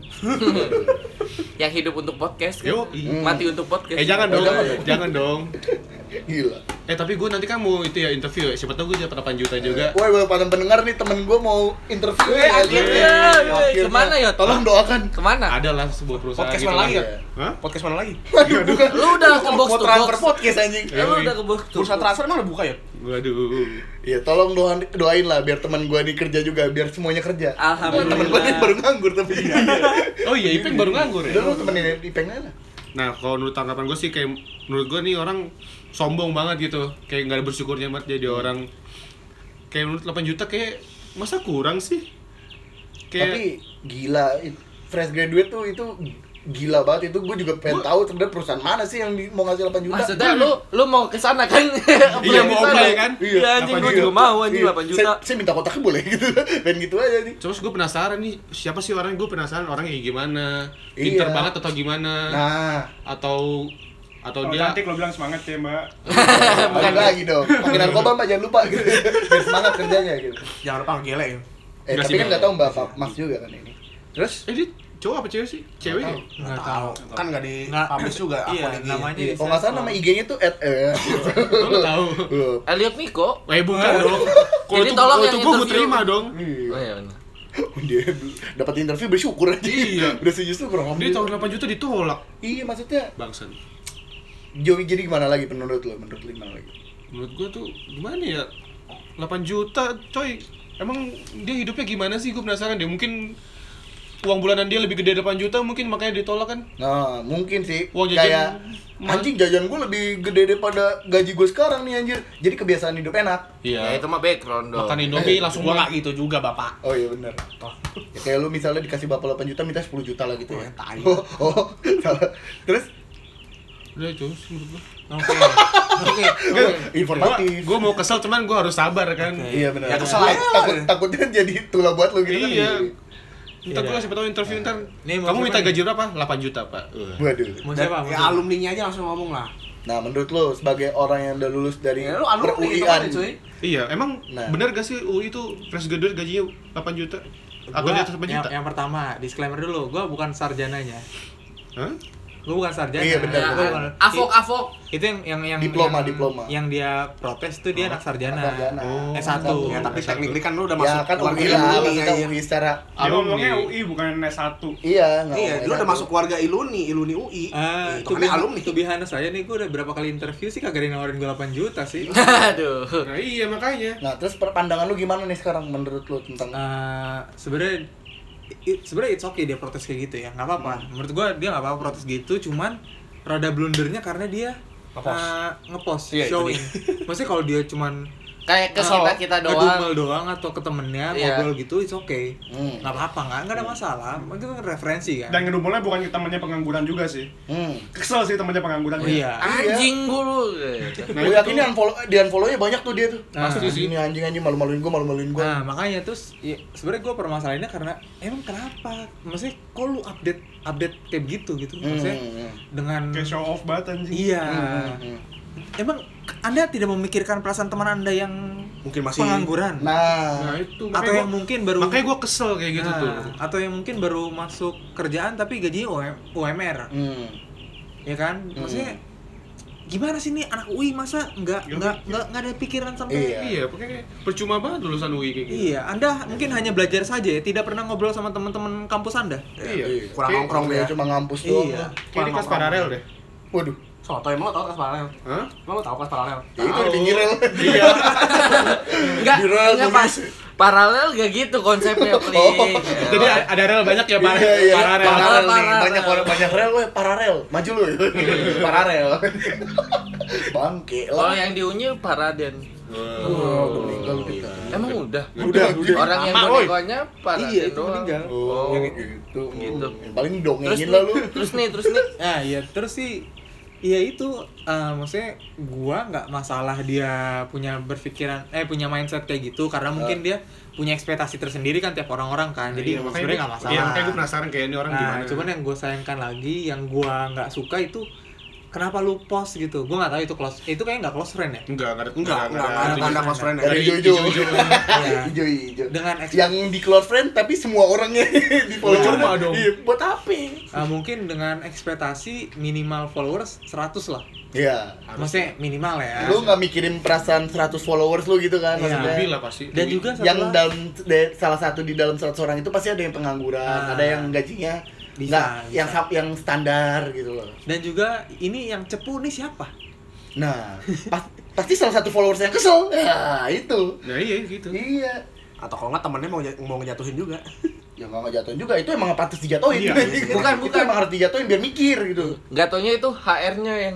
Yang hidup untuk podcast kan? Yo, Mati untuk podcast. eh jangan dong, jangan. jangan dong. Gila. Eh tapi gue nanti kan mau itu ya interview ya. Siapa tahu gue dapat delapan juta juga. Woi, woi, para pendengar nih, temen gue mau interview. Weh, akhirnya, weh, kemana, Yot? Tolong doakan. Kemana? Ada lah sebuah perusahaan Podcast gitu mana lah. lagi ya? Hah? Podcast mana lagi? Waduh, bukan. Lu udah ke box Mau to transfer box. podcast anjing. Eh, lu udah ke box to Bursa box. transfer emang udah buka ya? Waduh. Iya, tolong doain, doain lah biar teman gue nih kerja juga, biar semuanya kerja. Alhamdulillah. Temen gue nih baru nganggur tapi. Oh iya, Ipeng baru nganggur ya. Udah lu temenin Ipeng aja lah. Nah, kalau menurut tanggapan gue sih kayak menurut gue nih orang sombong banget gitu. Kayak nggak ada bersyukurnya banget jadi orang. Kayak menurut delapan juta kayak masa kurang sih? Kayak Tapi gila, it- fresh graduate tuh itu gila banget. Itu gue juga pengen tahu sebenarnya perusahaan mana sih yang di- mau ngasih delapan juta. Maksudnya lu lu mau ke sana kan? Iya, mau Ke sana. apply kan? Iya, anjing delapan gua juta. juga mau anjing Iya, delapan juta. Saya, saya minta kotaknya boleh gitu. Pengen gitu aja nih. terus gue penasaran nih siapa sih orang gue penasaran orangnya kayak gimana? Iya. Pinter banget atau gimana? Nah, Atau atau Kalau dia cantik lo bilang semangat ya mbak. bukan lagi dong. Pakai narkoba Mbak, jangan lupa gitu. Biar semangat kerjanya gitu. Jangan lupa gele ya. Eh, Enggak tapi sih, kan Bang. nggak tahu Mbak Pak Mas juga kan ini. Terus eh dia cowok apa cewek sih? Cewek ya? Nggak tahu. Kan nggak di Nggak- publish juga Iya, akun I G. namanya iya, di kalau nggak salah nama I G-nya tuh at eh. Lo nggak tahu? Elliot Niko. Eh bukan dong. Kalau Jadi itu tolong kalau yang itu gue interview. terima dong. Iya. Oh iya benar. Dia dapat interview bersyukur aja. Iya. Udah setuju syukur. Dia tahun delapan juta ditolak. Iya, maksudnya Bangsan. Joey jadi gimana lagi menurut lo? Menurut lo gimana lagi? Menurut gue tuh gimana ya? delapan juta coy. Emang dia hidupnya gimana sih? Gue penasaran deh. Mungkin uang bulanan dia lebih gede delapan juta mungkin makanya ditolak kan? Nah, mungkin sih Uang jajan kayak mahal. anjing jajan gue lebih gede daripada gaji gue sekarang nih anjir. Jadi kebiasaan hidup enak. Ya itu mah background dong. Makan Indomie langsung Gua gua nggak gitu juga bapak. Oh iya benar. Ya, kayak lu misalnya dikasih bapak delapan juta minta sepuluh juta lah gitu ya. Oh, tai. Oh, oh, salah. Terus udah itu sih menurut gua. Oke. Oke. Oke. informatif. Gue mau kesel cuman gue harus sabar kan. Iya benar. Ya, kesel aja lah. Takut takutnya jadi tulah buat lu gitu Iya. kan. Ntar gue Iya. siapa tahu interview ntar. Nih, mau Kamu minta siapa gaji berapa? delapan juta, Pak. Uh. Waduh. Mau Dan siapa? Mau ya siapa? alumninya aja langsung ngomong lah. Nah, menurut lo sebagai orang yang udah lulus dari Ya lu alumni itu per-U I-an, kan cuy. Iya, emang Nah. benar gak sih U I itu fresh graduate gajinya delapan juta? Atau Gua- di atas delapan yang, juta? yang pertama, disclaimer dulu, gue bukan sarjananya. Hah? Gue bukan sarjana. Iya, benar, Gua benar. bukan- Avok avok. Itu yang yang yang Diploma, yang, diploma. yang dia protes tuh dia anak sarjana. sarjana. Oh. S satu. Ya tapi satu. technically kan lu udah Ya masuk kan keluarga U I lah, iluni maksudnya ya. U I secara Dia Alumni. ngomongnya U I bukan S satu. iya, nggak Iya, ngomong lu udah satu. masuk keluarga iluni, iluni U I. Ah, Itu tuh kan alumni. Tuh bihan saya nih gue udah berapa kali interview sih kagak ada yang nawarin gue delapan juta sih. Aduh. Nah iya makanya. Nah, terus per- pandangan lu gimana nih sekarang menurut lu tentang Nah, sebenarnya i- sebenarnya it's okay dia protes kayak gitu ya, nggak apa-apa. Menurut gua dia nggak apa-apa protes gitu, cuman rada blundernya karena dia Ngepost. uh, ngepost Iya, itu showing. Maksudnya kalau dia cuman Kayak ke uh, kita kita doang. ngedumel doang atau ke temennya Iya. ngobrol gitu, it's okay. Hmm. Nggak apa-apa, nggak nggak ada masalah. Itu kan referensi kan. Dan ngedumulnya bukan temannya pengangguran juga sih. Hmm. Kesel sih temannya pengangguran. Oh, iya. Anjing guru. Nah, Gue itu yakin tuh. di unfollow di unfollow-nya banyak tuh dia tuh. Nah. Pasti sih ini anjing-anjing malu-maluin gua, malu-maluin gua. Nah, makanya terus ya, sebenarnya gue permasalahannya karena emang kenapa? Maksudnya kok lu update update kayak begitu gitu? Maksudnya Hmm. dengan Kayak show off banget anjing. iya. Hmm, hmm. Emang Anda tidak memikirkan perasaan teman Anda yang Mungkin masih pengangguran? Nah, Nah itu atau makanya yang gua, mungkin baru makanya gue kesel kayak gitu Nah, tuh. atau yang mungkin baru masuk kerjaan tapi gajinya U M U M R, hmm. ya kan? Maksudnya gimana sih nih anak U I masa nggak Ya, nggak nggak nggak ada pikiran sampai Iya. Iya, pokoknya percuma banget lulusan U I kayak gitu. Iya, Anda mungkin hanya belajar saja ya, tidak pernah ngobrol sama teman-teman kampus Anda. Iya. kurang Kayak- nongkrong Dia dia. cuma ngampus doang. Iya. lah. Kayak di kelas paralel deh. Waduh. Soto emang lo tau kelas paralel? Hah? Emang lo tau kelas paralel? Ya, itu di pinggir rel. Iya. Enggak, Di rel enggak tuh. pas paralel gak gitu konsepnya, Oh. Pli. Jadi ada rel banyak ya, Pak. Iya, iya. Paralel. Paralel nih. Paralel. Banyak orang banyak rel, weh, paralel. Maju lu. Paralel. Bangke Kalau lah. yang di Unyu Paraden. Oh, udah meninggal kita. Emang udah? Udah, udah. Orang yang Lama, woy. bonekanya Paraden Iya, itu doang. meninggal. Oh, Yang- gitu. Gitu. Yang paling Terus dongengin nih, lah lu. terus nih, terus nih. Nah, iya terus sih iya itu eh, maksudnya gua nggak masalah dia punya berpikiran eh punya mindset kayak gitu karena mungkin dia punya ekspektasi tersendiri kan tiap orang-orang kan. Jadi Iya, makanya sebenarnya gua- nggak masalah. Iya, makanya gue penasaran kayak ini orang Nah, gimana. cuman yang gue sayangkan lagi, yang gua nggak suka itu kenapa lu post gitu? Gue nggak tahu itu close, itu kayaknya nggak close friend ya. Enggak, enggak ada. Enggak, enggak, enggak ada ada tanda tulisan. close friend ya. Dari Dari hijau-hijau. hijau-hijau. Iya. Hijau-hijau. Dengan eks- Yang di close friend tapi semua orangnya di follow. Cuma dong. Iya, buat apa? Ah, mungkin dengan ekspektasi minimal followers seratus lah. Iya. Maksudnya minimal ya. Lu nggak mikirin perasaan seratus followers lu gitu kan Iya. maksudnya. Lebih lah pasti. Dan juga Yang setelah- dalam de- salah satu di dalam seratus orang itu pasti ada yang pengangguran, Ah. ada yang gajinya Bisa, nggak bisa. yang sap- yang standar gitu loh. dan juga ini yang cepu nih siapa? Nah, pas- pasti salah satu followers yang kesel. Ya, itu. Nah iya gitu. Iya. Atau kalau nggak temennya mau nge- mau ngejatuhin juga. Ya nggak ngejatuhin juga, itu emang pantas dijatuhin. Iya. Bukan, Itu bukan. emang harus dijatuhin biar mikir gitu. Nggak taunya itu H R-nya yang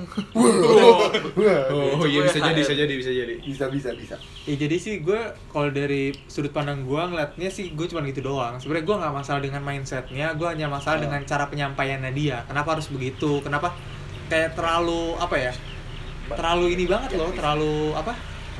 Oh iya bisa jadi, bisa jadi, bisa jadi. Bisa bisa bisa. Ya jadi sih gue kalau dari sudut pandang gue ngeliatnya sih gue cuma gitu doang. Sebenarnya gue nggak masalah dengan mindsetnya, gue hanya masalah Oh. dengan cara penyampaiannya dia. Kenapa harus begitu? Kenapa kayak terlalu apa ya? Terlalu ini banget loh, terlalu apa?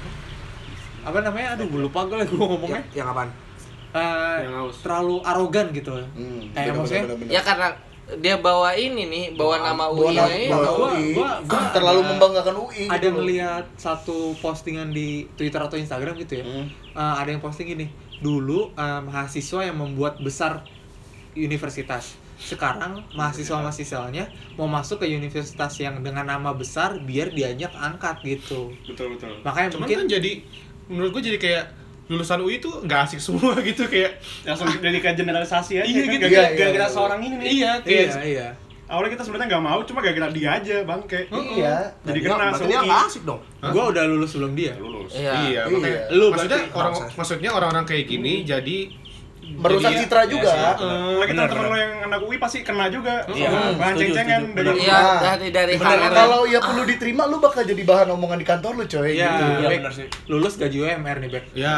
Apa namanya? Aduh, gue lupa gue lagi gue ngomongnya. Yang, yang apaan? Eh, Yang haus. terlalu arogan gitu. Hmm, Kayak bener, maksudnya bener, bener, ya karena dia bawa ini nih, bawa nama Bawa U I-nya nama- ini. bawa Gua- U I. gua- gua terlalu ada- membanggakan U I. Ada gitu loh. ngelihat satu postingan di Twitter atau Instagram gitu ya. Hmm. Eh, ada yang posting gini, dulu eh, mahasiswa yang membuat besar universitas. Sekarang mahasiswa-mahasiswanya mau masuk ke universitas yang dengan nama besar biar diajak angkat gitu. Betul betul. Makanya Cuman mungkin kan jadi menurut gua jadi kayak lulusan U I tuh nggak asik semua gitu kayak Langsung jadi kayak generalisasi aja Iya kan, gitu. gara-gara Iya, iya, gara-gara iya. seorang ini nih. iya kayak iya iya. Awalnya kita sebenarnya nggak mau, cuma gara-gara dia aja bangke. Iya. Jadi Berarti kena dia- berarti dia se-U I. nggak asik dong. Hah? Gua udah lulus sebelum dia. Lulus. Iya. Iya, Iya. makanya Lu maksudnya berarti orang bangsa. maksudnya orang-orang kayak gini jadi Merusak jadi- citra ya juga. sih. Eh, lagi Bener, teman-teman bener. lo yang anak U I pasti kena juga. Iya, Bahan setuju, ceng-cengan setuju. dari Iya, Nah, dari dari Bener, H R. kalau ya perlu diterima lu bakal jadi bahan omongan di kantor lu coy Iya, gitu. Iya, Bek. bener sih. Lulus gaji U M R nih, Bek. Ya,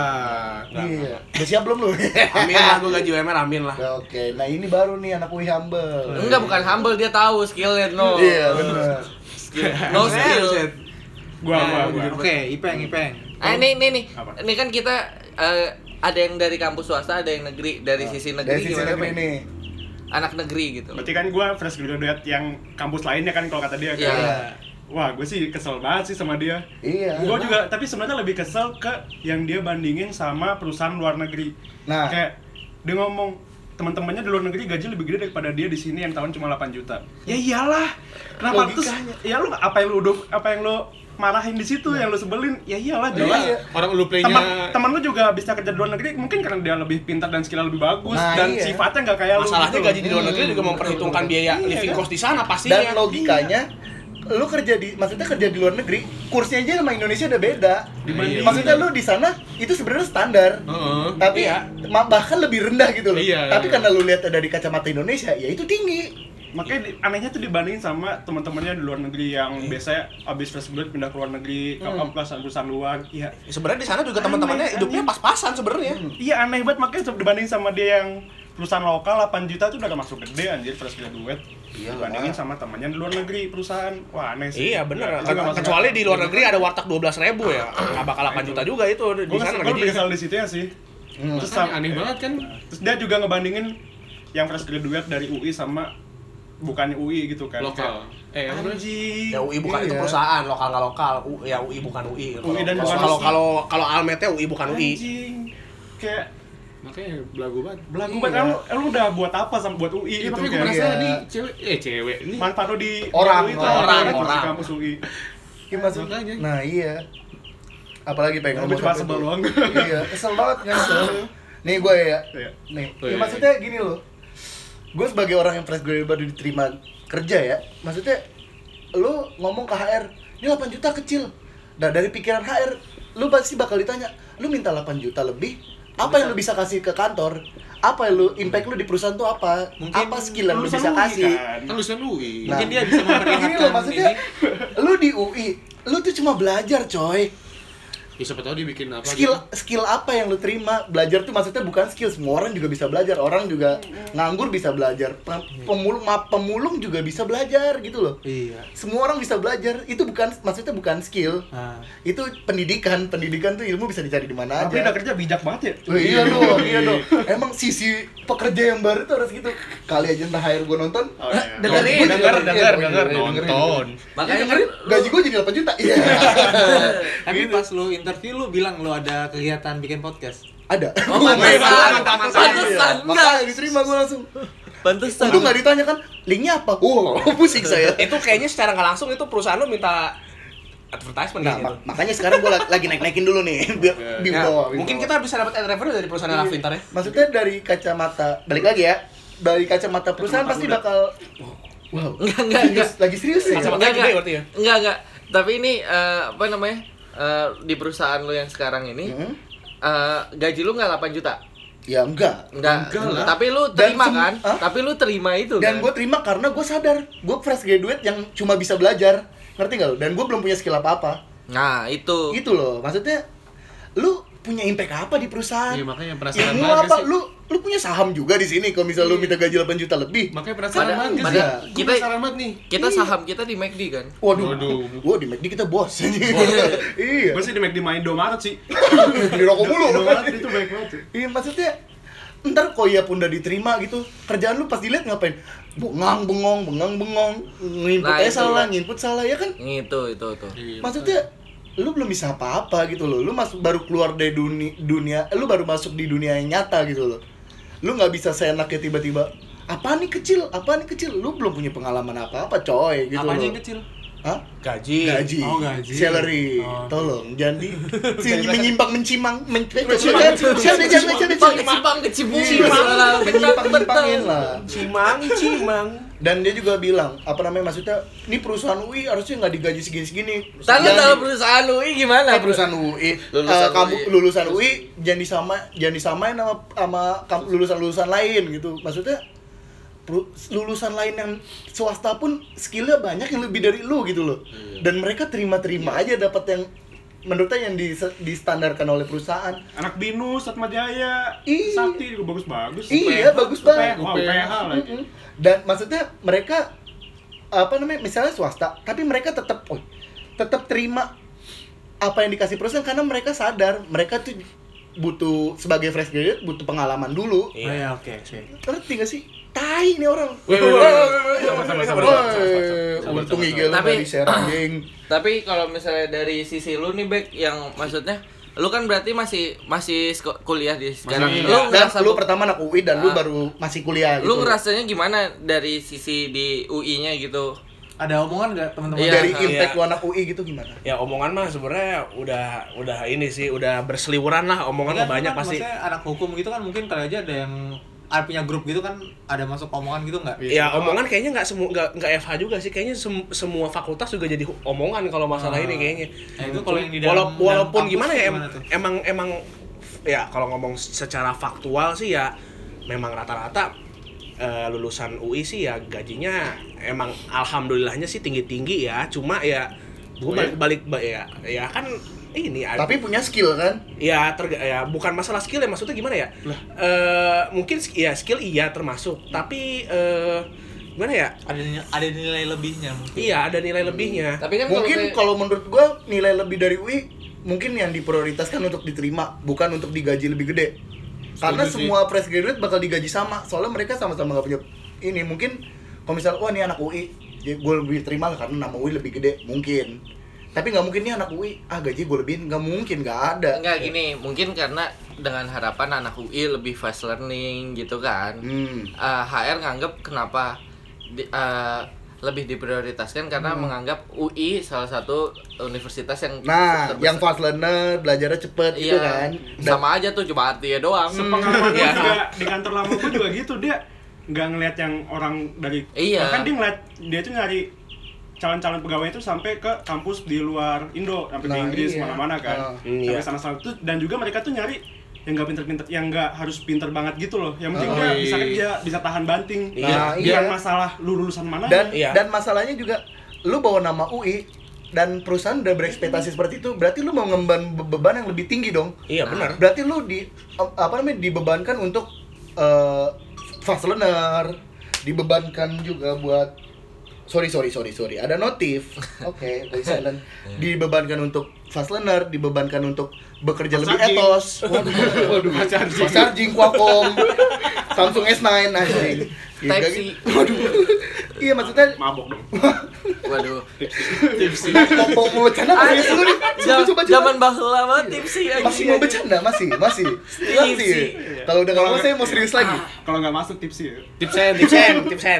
Iya. Udah siap belum lu? Amin lah, gue gaji U M R, amin lah. Ya, Oke, nah ini baru nih anak U I humble. Enggak, bukan humble, dia tahu skillnya no. Iya, benar. No skill. Buset. Gua gua Eh, gua. Oke, Ipeng, Ipeng. Ah, ini ini nih. Apa? Ini kan kita eh, ada yang dari kampus swasta, ada yang negeri. Dari sisi negeri Dari sisi gimana, negeri Bang? nih. Anak negeri gitu. Berarti kan gua fresh graduate yang kampus lainnya kan kalau kata dia kan. Iya. Wah, gue sih kesel banget sih sama dia. Iya. Gue juga, tapi sebenarnya lebih kesel ke yang dia bandingin sama perusahaan luar negeri. Nah. Kayak dia ngomong teman-temannya di luar negeri gaji lebih gede daripada dia di sini yang tahun cuma delapan juta. Ya iyalah. Kenapa terus? Logikanya. Ya lu apa yang lu udah apa yang lu marahin di situ, yang lu sebelin? Ya iyalah jelas. Iya. orang lu playnya Teman teman lu juga bisa kerja di luar negeri mungkin karena dia lebih pintar dan skillnya lebih bagus Nah, dan iya. sifatnya nggak kayak lu. Masalahnya gitu. gaji di luar negeri juga memperhitungkan biaya Iya, living kan? cost di sana pastinya. Dan logikanya lu kerja di maksudnya kerja di luar negeri, kursnya aja sama Indonesia udah beda. Dibanding- Maksudnya lu di sana itu sebenarnya standar. Heeh. Tapi Iya. ma- bahkan lebih rendah gitu loh. Iya, Tapi iya. karena lu lihat dari kacamata Indonesia, ya itu tinggi. Makanya di- anehnya tuh dibandingin sama teman-temannya di luar negeri yang biasanya abis fresh graduate pindah ke luar negeri, ke Hmm. perusahaan-perusahaan luar. Iya. Sebenarnya di sana juga Aneh, teman-temannya aneh. hidupnya pas-pasan sebenarnya. Iya aneh banget makanya dibanding sama dia yang perusahaan lokal delapan juta tuh udah termasuk gede anjir fresh graduate. Iya, Dibandingin lah. sama temannya di luar negeri perusahaan. Wah, aneh sih. Iya bener, Itu nggak masuk kecuali akal. di luar negeri ada warteg dua belas ribu ya, nggak bakal delapan juta juga itu di Gue sana lebih gajinya. kesal di situ ya sih. Hmm. Terus Makanya sam- aneh banget kan. Terus dia juga ngebandingin yang fresh graduate dari U I sama bukannya U I gitu kan. Lokal. Eh, Kayak, apa namanya? anjing. Ya U I bukan Iya. itu perusahaan, lokal nggak lokal. U, ya U I bukan U I. U I dan Kalau- bukan kalau U I. kalau kalau Almetnya U I bukan U I. Anjing. Kayak Makanya belagu banget. belagu Iya. banget, lu, lu udah buat apa sama buat U I Iya, gitu makanya gue kayak. merasa Iya. nih cewek, eh cewek ini Manfaat lu di Orang, U I itu orang, orang, orang. di kampus U I. Iya, maksud- Makanya. Nah, iya. Apalagi pengen Gue cuma sampai sebel itu. doang. Iya, kesel banget kan. Nih gue ya. Iya. Nih, Oh, ya iya, maksudnya gini loh. Gue sebagai orang yang fresh graduate baru diterima kerja ya. Maksudnya lu ngomong ke H R, ini delapan juta kecil. Nah, dari pikiran H R, lu pasti bakal ditanya, lu minta delapan juta lebih, apa yang lu bisa kasih ke kantor? Apa yang lu impact lu di perusahaan tuh apa? Mungkin apa skill yang lu Lulusan bisa U I kasih? kan. kan lulusan U I. Nah, Mungkin dia bisa memperlihatkan Gini loh maksudnya, ini. lu di U I, lu tuh cuma belajar coy. Ya siapa tahu dia bikin apa skill gitu. skill apa yang lu terima. Belajar tuh maksudnya bukan skill, semua orang juga bisa belajar, orang juga nganggur bisa belajar, Pem- pemulung maaf, pemulung juga bisa belajar gitu loh. Iya. Semua orang bisa belajar, itu bukan maksudnya bukan skill, Nah, itu pendidikan. Pendidikan tuh ilmu bisa dicari di mana Tapi aja. udah kerja bijak banget ya. Oh, iya dong, iya dong. Emang sisi pekerja yang baru tuh harus gitu. Kali aja ntar hire gue nonton. Oh, iya. Dengerin. Dengar, dengar, Iya, dengar, iya, nonton. Makanya Gaji gue jadi delapan juta. Iya. tapi pas lu interview lu bilang lu ada kegiatan bikin podcast. Ada. Oh, pantesan. Pantesan. Iya, makanya diterima gue langsung. Pantesan. Untung nggak ditanya kan, linknya apa? Wow, pusing saya. Itu kayaknya secara nggak langsung itu perusahaan lu minta advertisement Nah, kayaknya mak- tuh. makanya sekarang gue lagi naik-naikin dulu nih. Biar di Ya, bawah. di mungkin bawah. kita bisa dapat ad revenue dari perusahaan Alavintar ya. Maksudnya dari kacamata, balik lagi ya. Dari kacamata perusahaan pasti bakal wow. Enggak, enggak, Serius, lagi serius ya? Kacamata Enggak, gede enggak. berarti ya? Enggak, enggak. Tapi ini eh, apa namanya? Eh, di perusahaan lu yang sekarang ini Hmm? eh, gaji lu nggak delapan juta. Ya enggak. Enggak, Enggak lah. tapi lu Dan terima sem- kan? Hah? Tapi lu terima itu Dan kan? gue terima karena gue sadar gue fresh graduate yang cuma bisa belajar, ngerti gak lo? Dan gue belum punya skill apa-apa. Nah, itu. Gitu loh, maksudnya lu punya impact apa di perusahaan? Iya, makanya penasaran Ilmu banget apa? sih. Lu lu punya saham juga di sini kalau misal lu minta gaji delapan juta lebih. Makanya penasaran Pada- banget pada- sih. kita- Kita penasaran banget nih. Kita saham kita di McD kan? Waduh, Waduh. Wah, di McD kita bos. Iya. Gue sih di McD main Indomaret sih. Di rokok mulu. Indomaret itu baik banget sih. Iya, maksudnya ntar kok ya pun udah diterima gitu, kerjaan lu pas dilihat ngapain? Bengang bengong, bengang bengong, nginput Nah, aja itu salah, kan. nginput salah ya kan? Itu, itu, itu. Iya, Maksudnya lu belum bisa apa-apa gitu loh. Lu masuk baru keluar dari dunia, dunia lu baru masuk di dunia yang nyata gitu loh. Lu nggak bisa seenaknya tiba-tiba apa nih kecil, apa nih kecil. Lu belum punya pengalaman apa-apa, coy gitu Apanya loh. yang kecil? Hah? Gaji. Gaji. Oh, gaji. Salary. Oh. Tolong jangan di sini menyimpang mencimang, men- Mencimang. Jangan jangan jangan Cibang ke Cibung. Iya, menyimpang-nyimpangin lah. Cimang, cimang. Dan dia juga bilang, apa namanya, maksudnya, ini perusahaan U I harusnya nggak digaji segini-segini. Tahu Jangan tahu di- perusahaan U I gimana? Eh, perusahaan U I, Lulusan Eh, kamu U I. lulusan U I jangan disama, jangan disamain sama sama kam- lulusan-lulusan lain gitu. Maksudnya peru- lulusan lain yang swasta pun skillnya banyak yang lebih dari lu gitu loh. Dan mereka terima-terima aja dapat yang menurutnya yang di distandarkan oleh perusahaan. Anak Binus, Atma Jaya, Iya. Sakti juga bagus-bagus. Iya, bagus banget. Wah, U P H lagi. Mm-mm. Dan maksudnya mereka apa namanya, misalnya swasta, tapi mereka tetap oh, tetap terima apa yang dikasih perusahaan karena mereka sadar mereka tuh butuh sebagai fresh graduate butuh pengalaman dulu. Oh ya, oke, oke. Ngerti gak sih? Tai nih orang. Weh, weh, weh, weh, sama-sama, Weh, untung I G lu Tapi- nggak di-share, anjing. Tapi kalau misalnya dari sisi lu nih, Bek, yang maksudnya lu kan berarti masih masih seko- kuliah di sekarang. Masih, Lu Dan ngerasa lu pertama anak U I dan lu Ah. baru masih kuliah gitu. lu ngerasanya gimana dari sisi di U I-nya gitu? Ada omongan nggak teman-teman? Iya. dari impact Iya. lu anak U I gitu gimana? Ya omongan mah sebenarnya udah udah ini sih, udah berseliweran lah, omongan mah Kan banyak kan pasti. maksudnya anak hukum gitu kan mungkin kali aja ada yang ada punya grup gitu kan, ada masuk omongan gitu nggak? Ya omongan kayaknya nggak semua nggak nggak F H juga sih, kayaknya sem- semua fakultas juga jadi hu- omongan kalau masalah Ah. ini kayaknya. Nah, itu kalau yang di dalam- Walau- dalam walaupun kampus gimana ya em- gimana tuh? emang emang ya kalau ngomong secara faktual sih ya memang rata-rata eh, lulusan U I sih ya gajinya emang alhamdulillahnya sih tinggi-tinggi ya, cuma ya gue Oh, ya? balik balik ya ya kan ini ada- Tapi punya skill kan? ya terga ya bukan masalah skill ya, maksudnya gimana ya Eh, mungkin sk- ya skill iya termasuk, tapi eh, gimana ya, Ada ada nilai lebihnya mungkin. iya ada nilai lebihnya. Tapi kan Mungkin kayak- kalau menurut gua nilai lebih dari U I mungkin yang diprioritaskan untuk diterima, bukan untuk digaji lebih gede. Karena Setuju sih. semua fresh graduate bakal digaji sama, soalnya mereka sama-sama nggak punya ini. Mungkin kalau misal wah ini anak U I, ya gue lebih terima karena nama U I lebih gede, mungkin. Tapi nggak mungkin nih anak U I, ah gaji gue lebihin, nggak mungkin, nggak ada. enggak gini, mungkin karena dengan harapan anak U I lebih fast learning gitu kan. Hmm. Eh, H R nganggep kenapa di- eh, lebih diprioritaskan karena menganggap U I salah satu universitas yang Nah, terbesar. yang fast learner, belajarnya cepet gitu iya, kan. Dan- sama aja tuh cuma hati ya doang. Sepengalaman gue Iya. juga di kantor lama gue juga gitu, dia nggak ngeliat yang orang dari Iya. bahkan dia ngeliat dia tuh nyari calon-calon pegawai itu sampai ke kampus di luar Indo, sampai Nah, ke Inggris iya. mana-mana kan, Ah. sampai Iya. sana-sana tuh. Dan juga mereka tuh nyari yang nggak pinter-pinter, yang nggak harus pinter banget gitu loh, yang penting Oh, dia iya. bisa kerja, bisa tahan banting. Nah, Bukan iya. masalah lu lulusan mana. dan Iya. dan masalahnya juga lu bawa nama U I dan perusahaan udah berekspektasi seperti itu, berarti lu mau ngemban be- beban yang lebih tinggi dong. Iya benar. Berarti lu di apa namanya dibebankan untuk uh, fast learner, dibebankan juga buat sorry sorry sorry sorry ada notif. Oke, okay, silent. Dibebankan untuk fast learner, dibebankan untuk bekerja Fast lebih charging. etos. Waduh, waduh, Fast charging. fast charging Qualcomm, Samsung S sembilan anjing. Type C. Waduh. Iya maksudnya Mabok dong. Waduh. mau mau mau bercanda masih dulu nih. Coba Jam- coba coba. Zaman bahula banget tipsi anjing. Masih mau bercanda masih masih. Masih. Kalau udah nggak mau saya mau serius lagi. Kalau nggak masuk tipsy ya. Tipsen, tipsen, tipsen.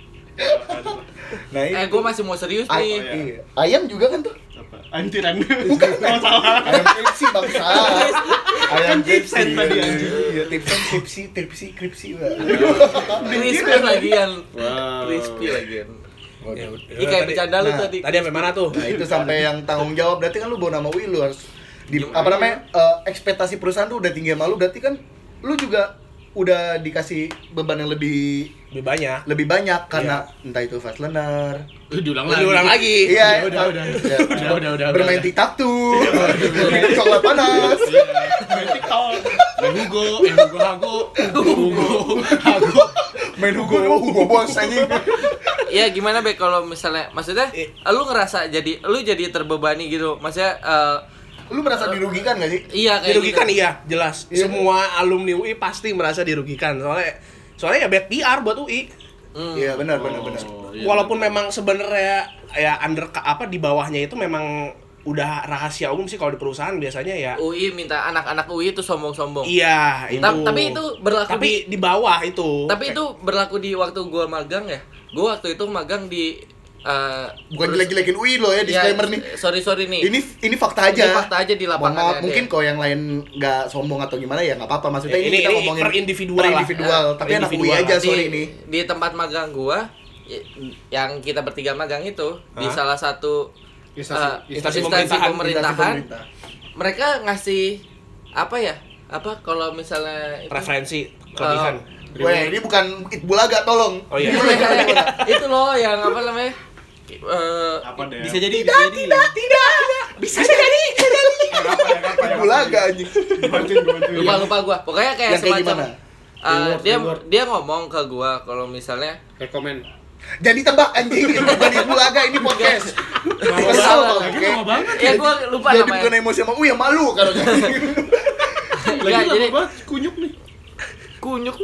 Nah, Eh, gue masih mau serius Ay- nih. iya. Ayam juga kan tuh? Apa? Antiran. Bukan. Oh, salah. Ayam kripsi bangsa. Ayam kripsi. tipsen tadi, anjing. Iya, tipsen kripsi, kripsi, kripsi. Wah. Crispy lagian. Wow. Crispy lagian. Ya, Ini kayak bercanda lu Nah, tadi. Tadi sampai mana tuh? Nah, itu sampai yang tanggung jawab berarti kan lu bawa nama U I lu harus di Gimana? apa namanya? eh, ekspektasi perusahaan tuh udah tinggi sama lu, berarti kan lu juga udah dikasih beban yang lebih Lebih banyak. lebih banyak karena entah itu fast learner. Eh, diulang Lagi lagi. ulang lagi. Iya, udah, udah, udah. ya, Udah, udah, udah, bermain udah. tiktok tuh, main coklat panas. Main TikTok. Eh, Hugo, eh, Hugo Hago. Hugo Hago. Main Hugo, Hugo bos anjing. Ya gimana Be kalau misalnya maksudnya Eh. lu ngerasa jadi lu jadi terbebani gitu. Maksudnya eh, Lu merasa dirugikan gak sih? iya kayak Dirugikan gitu. iya, jelas. Iya. Semua alumni U I pasti merasa dirugikan. Soalnya soalnya ya bad P R buat U I. Hmm. Iya benar benar benar. Oh, iya. Walaupun memang sebenarnya ya under apa di bawahnya itu memang udah rahasia umum sih kalau di perusahaan biasanya ya. U I minta anak-anak U I itu sombong-sombong. Iya, itu. Ta- tapi itu berlaku tapi di di bawah itu. tapi itu berlaku di waktu gua magang ya. Gua waktu itu magang di eh, Bukan perus- jelek-jelekin U I lo ya, disclaimer ya, nih. Sorry sorry nih. Ini ini fakta aja. Ini fakta aja di Mohon lapangan maaf, ada. mungkin kalau yang lain nggak sombong atau gimana ya nggak apa-apa. Maksudnya Ya, ini, ini- kita ini ngomongin per individual per lah. individual. Ya, Tapi per anak U I individual aja lah. sorry di, nih. di tempat magang gua y- yang kita bertiga magang itu di Hah? salah satu Instansi- eh, instansi instansi pemerintahan, pemerintahan, Instansi pemerintah. mereka ngasih apa ya apa kalau misalnya itu, Preferensi kelebihan. Weh, ini bukan Itbulaga tolong. Oh iya. Gimana, gimana, gimana? itu loh yang apa namanya eh, Apa deh? Bisa jadi, bisa jadi. Tidak. Bisa jadi. Bisa jadi. Apa ya? Apa ya? Itbulaga anjing. Bantuin, bantuin. lupa lupa gua pokoknya kayak Yang kayak semacam gimana? eh, Reward, dia reward. dia ngomong ke gua kalau misalnya Rekomen. Jadi tebak anjing. Jadi Itbulaga ini podcast. Kesel salah. tau, Lagi oke? lama banget. ya gua lupa Jadi namanya bukan emosi sama U I yang malu kan. Lagi ya, lama jadi banget kunyuk nih. kunyuk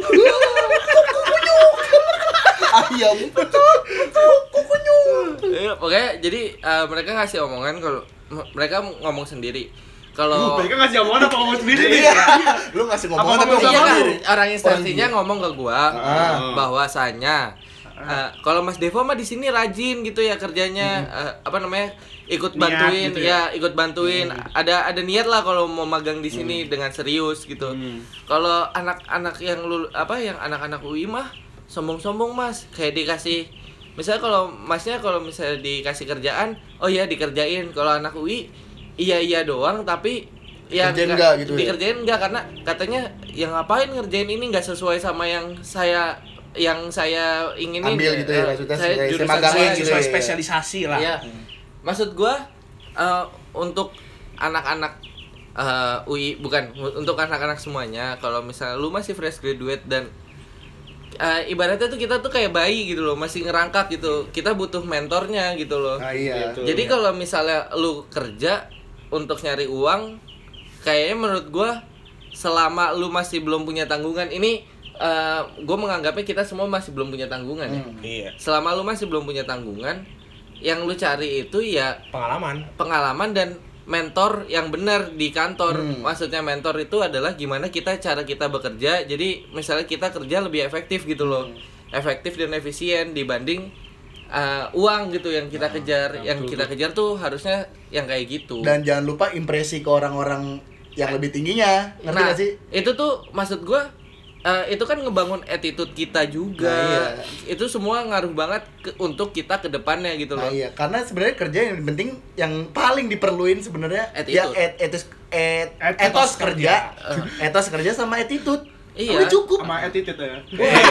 Ayam. Kukunyuk. ya, pokoknya jadi eh, mereka ngasih omongan kalau m- mereka ngomong sendiri kalau Mereka ngasih omongan apa ngomong sendiri nih? Iya. Lu ngasih ngomong Apa tapi ngomong ngomong iya kan sendiri. orang instansinya ngomong ke gua Ah. bahwasanya eh, kalau Mas Devo mah di sini rajin gitu ya kerjanya eh, apa namanya ikut Niat bantuin gitu ya? ya? ikut bantuin ada ada niat lah kalau mau magang di sini dengan serius gitu Hmm. kalau anak-anak yang lul apa yang anak-anak U I mah sombong-sombong Mas kayak dikasih misalnya kalau Masnya kalau misalnya dikasih kerjaan oh iya dikerjain kalau anak U I iya iya doang tapi ya Kerjain nggak- nggak gitu ya? dikerjain enggak karena katanya yang ngapain ngerjain ini nggak sesuai sama yang saya yang saya inginin Ambil gitu ya, Eh, maksudnya saya sesuai- jurusan magangin saya gitu Sesuai ya. spesialisasi lah. Iya. Maksud gua eh, untuk anak-anak eh, U I bukan untuk anak-anak semuanya kalau misalnya lu masih fresh graduate dan eh, ibaratnya tuh kita tuh kayak bayi gitu loh masih ngerangkak gitu kita butuh mentornya gitu loh. Nah, iya. Jadi kalau misalnya lu kerja untuk nyari uang kayaknya menurut gua selama lu masih belum punya tanggungan ini eh gue menganggapnya kita semua masih belum punya tanggungan ya. Hmm. Iya. Selama lu masih belum punya tanggungan, yang lu cari itu ya Pengalaman. pengalaman dan mentor yang benar di kantor. Hmm. Maksudnya mentor itu adalah gimana kita cara kita bekerja. Jadi misalnya kita kerja lebih efektif gitu loh. Efektif dan efisien dibanding uh, uang gitu yang kita kejar. Yang kita kejar tuh harusnya yang kayak gitu. Dan jangan lupa impresi ke orang-orang yang lebih tingginya. Ngerti Nah, gak sih? itu tuh maksud gua eh, itu kan ngebangun attitude kita juga. Nah, Itu semua ngaruh banget ke- untuk kita ke depannya gitu Nah loh. iya, karena sebenarnya kerja yang penting yang paling diperluin sebenarnya Attitude. ya et, etos et, Etos etos kerja, etos kerja sama attitude. Iya. Udah cukup. Sama attitude ya.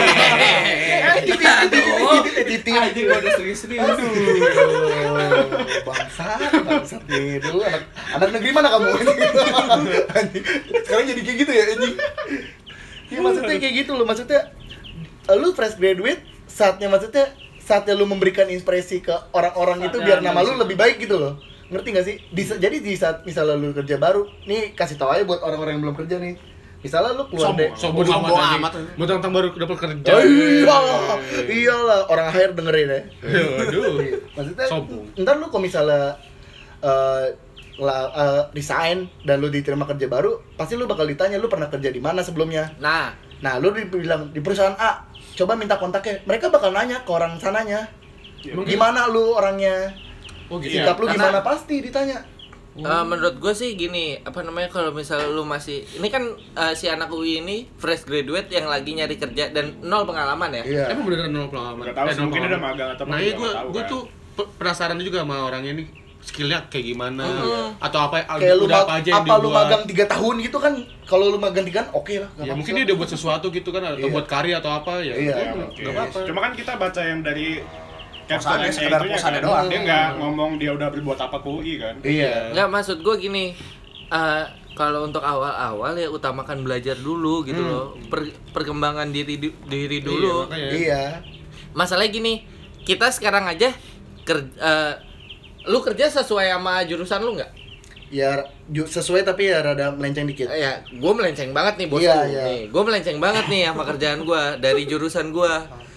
Anjing gua udah serius-serius. Aduh, bangsat, bangsat nih dulu anak anak negeri mana kamu? Anjing. Sekarang jadi kayak gitu ya anjing. Ya maksudnya kayak gitu loh, maksudnya lu fresh graduate saatnya maksudnya saatnya lu memberikan inspirasi ke orang-orang itu biar nama lu lebih baik gitu loh. Ngerti gak sih? Di, jadi di saat misalnya lu kerja baru, nih kasih tahu aja buat orang-orang yang belum kerja nih. Misalnya lu keluar deh. Sombong Sombong amat amat. anjing. Mentang-mentang baru dapat kerja. Oh, iya, iyalah orang akhir dengerin ya. Aduh. Maksudnya Sombong. ntar lu kalau misalnya uh, la, uh, resign dan lu diterima kerja baru, pasti lu bakal ditanya lu pernah kerja di mana sebelumnya. Nah, Nah, lu dibilang di perusahaan A, coba minta kontaknya. Mereka bakal nanya ke orang sananya. Gimana lu orangnya? Oh gitu. Sikap lu Karena- gimana pasti ditanya. eh, menurut gue sih gini, apa namanya kalau misalnya lu masih ini kan eh, si anak U I ini fresh graduate yang lagi nyari kerja dan nol pengalaman ya. Iya. Emang beneran nol pengalaman? Nggak tahu Eh, sih, nol mungkin pengalaman. ada magang atau apa, Nah, juga iya gue nggak tahu gue kan. tuh pe- penasaran juga sama orangnya nih, skillnya kayak gimana, Hmm. atau apa Kayak lu udah mag- apa aja yang apa lu dibuat. magang tiga tahun gitu kan. Kalau lu magang tiga tahun oke lah. nggak Ya apa-apa. mungkin dia udah buat sesuatu gitu kan, atau Iya. buat karya atau apa ya. Iya, udah, Ya, nggak oke. apa-apa. Cuma kan kita baca yang dari Posannya, caption sekedar itunya posannya kan. doang. Dia nggak ngomong dia udah berbuat apa ke U I kan. Iya. Enggak, maksud gue gini, eh, kalau untuk awal-awal ya utamakan belajar dulu gitu Hmm. loh, Per- perkembangan diri di- diri Iya, dulu. makanya. Iya. Masalahnya gini, kita sekarang aja kerja, lu kerja sesuai sama jurusan lu nggak? Ya ju- sesuai tapi ya rada melenceng dikit. Eh, ya, gue melenceng banget nih bosku. Iya, iya. Nih, gue melenceng banget nih sama kerjaan gue dari jurusan gue.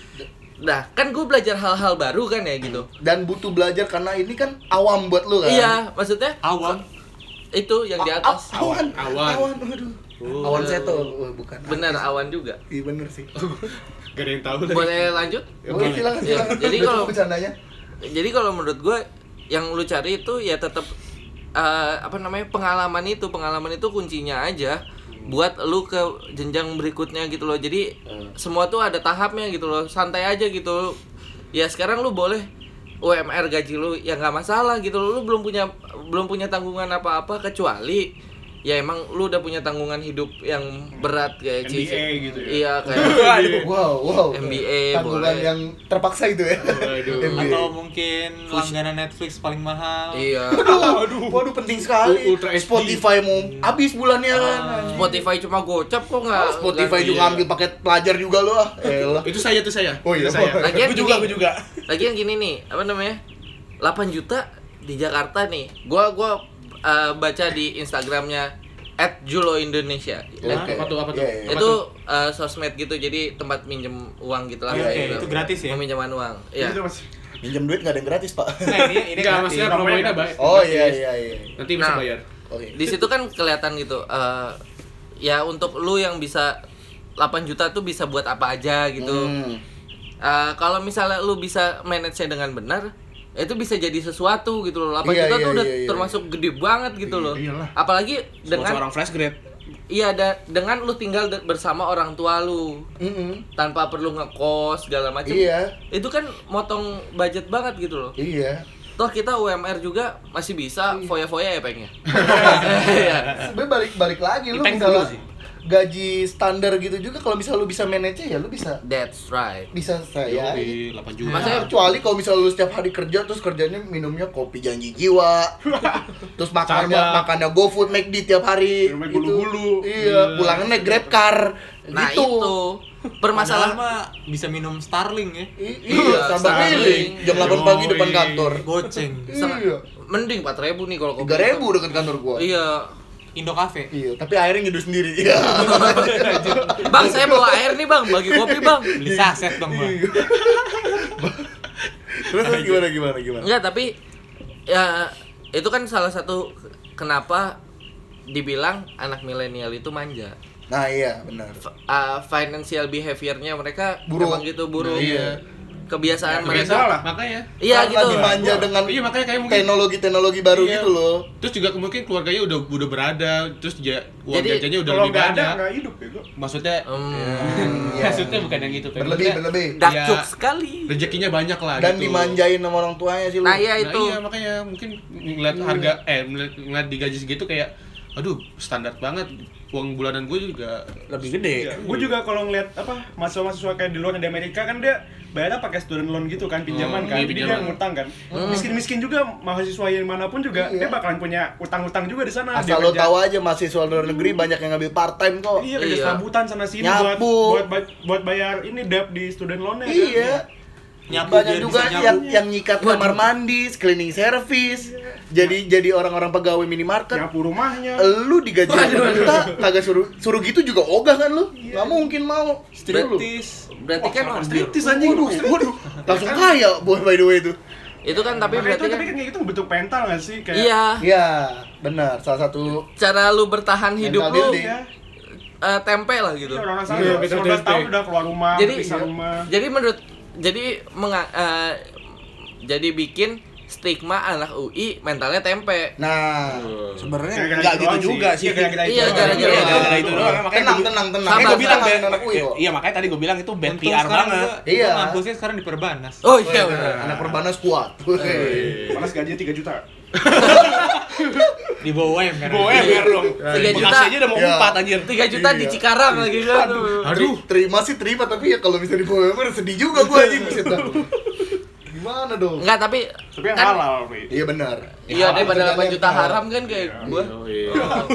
Nah, kan gue belajar hal-hal baru kan ya gitu. Dan butuh belajar karena ini kan awam buat lu kan. Iya, maksudnya Awam. itu yang di A- atas. a- awan, Awan. awan, aduh. Awan seto, oh, bukan. Bener, awan juga. Iya bener sih. Gak ada yang tahu lagi. Boleh lanjut? Oh, silakan, Ya, silakan. jadi Udah kalau- cukup bercandanya. Jadi kalau menurut gue yang lu cari itu ya tetap eh, apa namanya pengalaman itu pengalaman itu kuncinya aja buat lu ke jenjang berikutnya gitu loh. Jadi semua tuh ada tahapnya gitu loh, santai aja gitu. Ya sekarang lu boleh U M R gaji lu ya nggak masalah gitu loh. Lu belum punya belum punya tanggungan apa-apa kecuali ya emang lu udah punya tanggungan hidup yang berat kayak M B A Cici. gitu ya? Iya kayak Wow, wow. M B A Tanggungan boleh. yang terpaksa itu ya. Waduh. M B A. Atau mungkin langganan Netflix paling mahal. iya. Aduh, waduh penting sekali. Ultra H D. Spotify mau habis bulannya kan. Spotify cuma gocap kok nggak. Spotify nggak- juga ambil paket pelajar juga lu ah. Elah. Itu saya, itu saya. Oh iya. Itu saya. Lagian Gue juga, gini, gue juga. lagian gini nih, apa namanya? delapan juta di Jakarta nih. Gua gua uh, baca di Instagramnya at julo indonesia. Oke. Apa tuh, apa tuh? Iya, iya. Itu uh, sosmed gitu, jadi tempat minjem uang gitu lah. Iya, kayak iya, gitu. itu gratis ya? Peminjaman uang. Iya. Itu mas. Minjem duit nggak ada yang gratis, Pak. Nah, ini ini Enggak, gratis. maksudnya Promonya promoinnya kan? baik. Oh iya iya iya. Nanti bisa Nah. bayar. Oke. Di situ kan kelihatan gitu. uh, ya untuk lu yang bisa delapan juta tuh bisa buat apa aja gitu. Hmm. Uh, kalau misalnya lu bisa manage-nya dengan benar, itu bisa jadi sesuatu gitu loh. delapan Iya, juta iya, tuh udah iya, iya. termasuk gede banget gitu loh. iyalah. Apalagi Sebagai dengan seorang fresh grade. iya da, dengan lu tinggal de- bersama orang tua lu Mm-mm. tanpa perlu ngekos segala macam. Iya. Itu kan motong budget banget gitu loh. Iya. Toh kita U M R juga masih bisa foya-foya ya pengen. Sebenarnya balik balik lagi lu Ipeng misalnya dulu sih. gaji standar gitu juga kalau misalnya lu bisa manage ya lu bisa That's right. bisa saya. Yoi, delapan juta. Maksudnya- Kecuali kalau misalnya lu setiap hari kerja terus kerjanya minumnya kopi janji jiwa. Terus makannya Starbucks. makannya GoFood McD tiap hari. Minumnya gitu. gulu-gulu. Iya, pulangnya naik Grab car. Nah gitu. itu Padahal permasalahan. mah bisa minum Starling ya. I- iya, Starbucks Starling. keliling jam delapan pagi depan Yoi. kantor. Goceng. Iya. Mending empat ribu nih kalau kopi. tiga ribu dekat kantor gua. Iya. Indo Cafe. Iya, tapi airnya nyeduh sendiri. Iya. Bang, saya bawa air nih, Bang. Bagi kopi, Bang. Beli saset dong, Bang. Terus terus gimana gimana gimana? Enggak, tapi ya itu kan salah satu kenapa dibilang anak milenial itu manja. Nah, iya, benar. F- uh, financial behavior-nya mereka Buruk. emang gitu buruk. Nah, iya. Kebiasaan Kebiasaan mereka. lah, makanya. Iya Karena gitu. dimanja dengan Iya, makanya kayak mungkin teknologi-teknologi baru Iya. gitu loh. Terus juga mungkin keluarganya udah udah berada, terus ja, uang Jadi, jajannya udah Kalau lebih nggak ada ada. nggak hidup ya gua. Maksudnya Hmm. Iya. maksudnya bukan yang itu, Pak. Berlebih, Maksudnya berlebih. Dark Iya. joke sekali. rezekinya banyak lah Dan gitu. dimanjain sama orang tuanya sih lu. Nah, iya Nah, itu. iya makanya mungkin ngeliat harga eh ngeliat, ngeliat digaji segitu kayak aduh standar banget, uang bulanan gue juga Lebih gede. Ya, gue juga kalau ngeliat apa mahasiswa-mahasiswa kayak di luar di Amerika kan dia bayarnya pakai student loan gitu kan, pinjaman Oh, kan, iya, jadi dia pinjaman. ngutang kan. Miskin-miskin juga mahasiswa yang manapun juga Iya. dia bakalan punya utang-utang juga di sana. Asal Dia lo kerja- tahu aja mahasiswa luar negeri banyak yang ngambil part time kok. Iya, kerja Iya. serabutan sana sini buat, Nyapu. buat buat buat bayar ini debt di student loan-nya kan. Iya. Nyapu Banyak biar juga bisa nyapu. yang yang nyikat kamar mandi, cleaning service. Jadi jadi orang-orang pegawai minimarket. Nyapu rumahnya. Lu digaji juta, kagak suruh suruh gitu juga ogah kan lu? Nggak mungkin mau. Setuju lu? Striptease. Berarti kan Striptis anjing. Waduh, waduh, langsung kaya boy by the way itu. itu kan tapi Makanya itu berarti tapi kan kan kayak gitu bentuk mental nggak sih kayak iya, Iya, benar. Salah satu cara lu bertahan hidup Mental lu building. ya. eh, tempe lah gitu. Iya, orang-orang sana Iya, udah betul, sembilan belas betul. tahun udah keluar rumah, Jadi pisah rumah. jadi menurut jadi menga, eh, jadi bikin stigma anak U I mentalnya tempe. nah, Sebenarnya Gara-gara enggak itu gitu doang juga sih. sih. Iya, gara-gara itu Iya, doang. gara-gara Iya, itu. gara-gara itu doang. Makanya tenang, gua- tenang, tenang. Sabar, Makanya gue bilang Tenang, bad, anak U I kok. iya makanya tadi gue bilang itu bad Untung P R sekarang banget. gua- Iya. gua ngampusnya sekarang di Perbanas. Oh iya benar. Anak Perbanas kuat. Panas gajinya tiga juta. Di bawah U M R. Gue biar dong. Tiga juta. Bekasi aja udah mau Iya. empat anjir. tiga juta di Iya. Cikarang lagi kan. Aduh, terima sih terima tapi ya kalau bisa di bawah umur sedih juga gua anjing buset dah. Gimana dong? Enggak, tapi Tapi yang kan, halal, Pi. Iya benar. iya daripada Kerjaan delapan yang juta halal. haram kan kayak gua. oh, iya.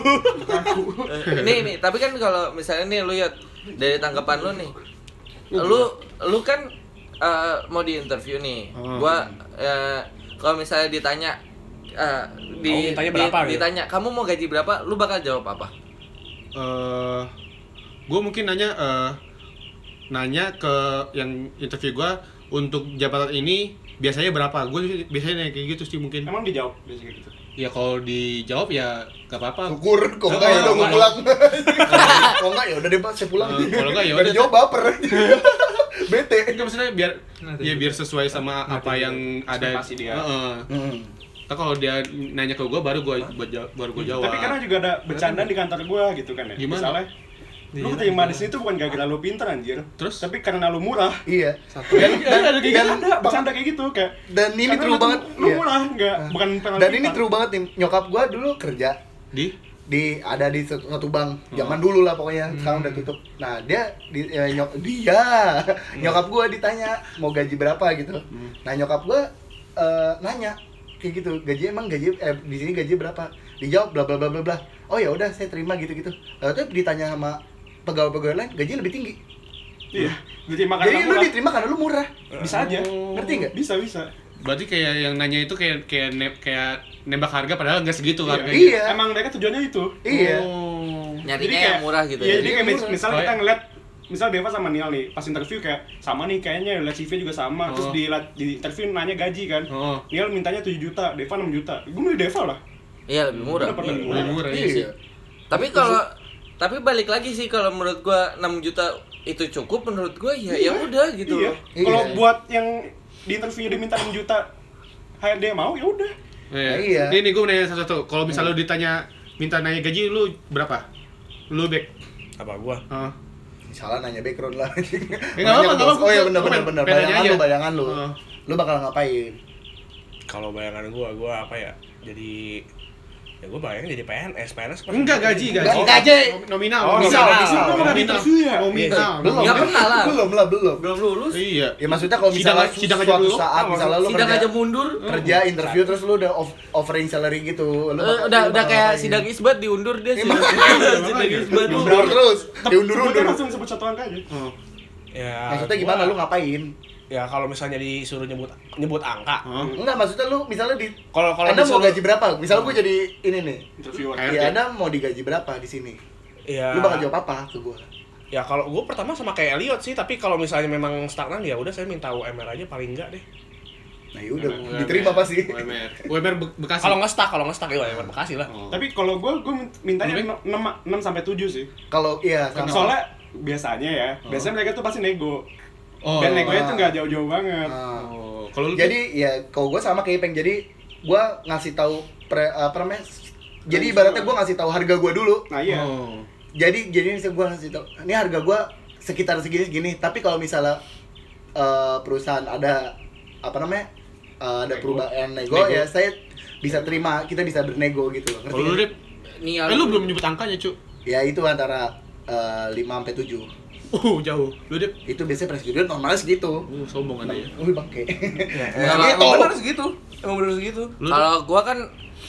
Eh, nih nih, tapi kan kalau misalnya nih lu lihat dari tanggapan lu nih. Lu lu kan eh, mau di interview nih. Hmm. Gua eh, kalau misalnya ditanya eh, di, Kamu mintanya di- berapa gitu? ditanya kamu mau gaji berapa, lu bakal jawab apa? eh gue mungkin nanya eh nanya ke yang interview gue untuk jabatan ini biasanya berapa? Gue biasanya nanya kayak gitu sih mungkin. Emang dijawab biasanya gitu. Ya kalau dijawab ya gak apa-apa. Syukur, kok enggak ya udah gua pulang. Kok enggak ya udah deh Pak, saya pulang. Eh, kalau enggak ya Nggak udah. dijawab baper. Bete. Enggak maksudnya biar Nanti. ya biar sesuai sama apa yang ada. Ekspektasi dia. Heeh. Hmm. Nah, kalau dia nanya ke gue baru gue buat jawab, baru gue jawab. Tapi kadang juga ada bercandaan di kantor gua gitu kan ya. Gimana? Misalnya lu terima di sini tuh bukan gara-gara lu pinter anjir. Terus? Tapi karena lu murah. Iya. Dan, dan, dan- ada kayak dan- gitu, ada bercanda kayak gitu kayak. Dan ini karena true lu- banget. Lu Iya. murah enggak, bukan karena Dan lu ini pintar. true banget nih. Nyokap gua dulu kerja di di ada di satu, satu bank zaman dulu lah pokoknya, sekarang udah tutup. Nah dia di, ya, nyok dia nyokap gua ditanya mau gaji berapa gitu. Nah nyokap gua eh, nanya kayak gitu, gaji emang gaji eh, di sini gaji berapa? Dijawab bla bla bla bla bla. Oh ya udah saya terima gitu gitu. Lalu tuh ditanya sama pegawai-pegawai lain gaji lebih tinggi. Iya. Diterima Jadi karena lu murah. diterima karena lu murah. Bisa aja. Ngerti nggak? Bisa, bisa. berarti kayak yang nanya itu kayak kayak ne kayak nembak harga padahal nggak segitu Iya. harganya. Iya. Emang mereka tujuannya itu. Iya. Oh. Nyarinya yang murah gitu Iya, ya. jadi kayak Iya, mis- murah. misalnya Oh, kita iya. ngeliat misal Deva sama Nial nih, pas interview kayak sama nih kayaknya lihat C V juga sama, terus Oh. di di interview nanya gaji kan. Oh. Nial mintanya tujuh juta, Deva enam juta. Gue milih Deva lah. Iya, lebih murah. Dapat lebih Lebih murah iya Iya. sih. Tapi kalau tapi balik lagi sih kalau menurut gua enam juta itu cukup, menurut gua ya ya udah gitu Iya. loh. Kalau Iya. buat yang di interview diminta enam juta, H R D mau ya udah. Iya. Iya. Ini nih gue nanya satu-satu. Kalau misalnya lu ditanya minta nanya gaji lu berapa? Lu back. Apa gua? Heeh. Salah nanya background lah. nggak Nanya apa-apa, ke nggak bos. Oh iya apa-apa. benar benar Gua benar. pengen Bayangan nanya lu, aja. bayangan lu. Heeh. Lu bakal ngapain? Kalau bayangan gua, gua apa ya? Jadi ya gua bayangin jadi P N S, P N S pasti- Enggak gaji, gaji. Enggak, gaji. Nominal. Oh, nominal. nominal. Di sini lu pernah di interview ya? Nominal. Belum. Nggak pernah lah. Belum lah, belum. Belum lulus. Iya. Ya maksudnya kalau Sidang- misalnya sidang aja suatu dulu. saat misalnya lu Sidang kerja, aja mundur. kerja interview terus lu udah off- offering salary gitu. Lu Eh, bakal- udah lu udah bakal kayak ngapain? sidang isbat diundur dia Iya, sidang makanya. sidang isbat. Diundur terus, Sebutnya diundur-undur. langsung sebut satu angka aja. Oh. Ya. Maksudnya gua- gimana lu ngapain? Ya kalau misalnya disuruh nyebut nyebut angka. Oh. Enggak, maksudnya lu misalnya di Kalau kalau Anda mau disuruh- gaji berapa? Misalnya gue jadi ini nih. Interviewer. R T. Ya Anda mau digaji berapa di sini? Ya. Lu bakal jawab apa ke gue? Ya kalau gue pertama sama kayak Elliot sih, tapi kalau misalnya memang stagnan ya udah saya minta U M R aja paling enggak deh. Nah yaudah, U M R. diterima pasti. U M R. U M R Be- Bekasi. Kalau nggak stuck, kalau nggak stuck ya U M R Bekasi lah. Oh. Tapi kalau gue, gue mintanya Lebih? enam sampai tujuh sih. Kalau iya sama. Soalnya biasanya ya, biasanya mereka tuh pasti nego. Oh. Dan negonya ah. tuh nggak jauh-jauh banget. Nah, Oh. Kalau lu jadi ya kalau gue sama kayak Ipeng, jadi gue ngasih tahu pre, apa namanya? Jadi ibaratnya gue ngasih tahu harga gue dulu. Nah iya. Oh. Jadi jadi gue ngasih tahu, ini harga gue sekitar segini segini. Tapi kalau misalnya eh, perusahaan ada apa namanya? eh, ada Nego. perubahan nego, Nego. ya saya bisa terima, kita bisa bernego gitu loh. Ngerti Kalau lu nggak? Dip, Nia Eh lu belum menyebut angkanya, Cuk. Ya itu antara uh, lima sampai tujuh. Uh, jauh. Lu dia Itu biasanya fresh graduate normalnya segitu. uh, sombong ada ya. Wih bangke. Emang, emang bener segitu. Emang bener segitu. Lu Kalau gua kan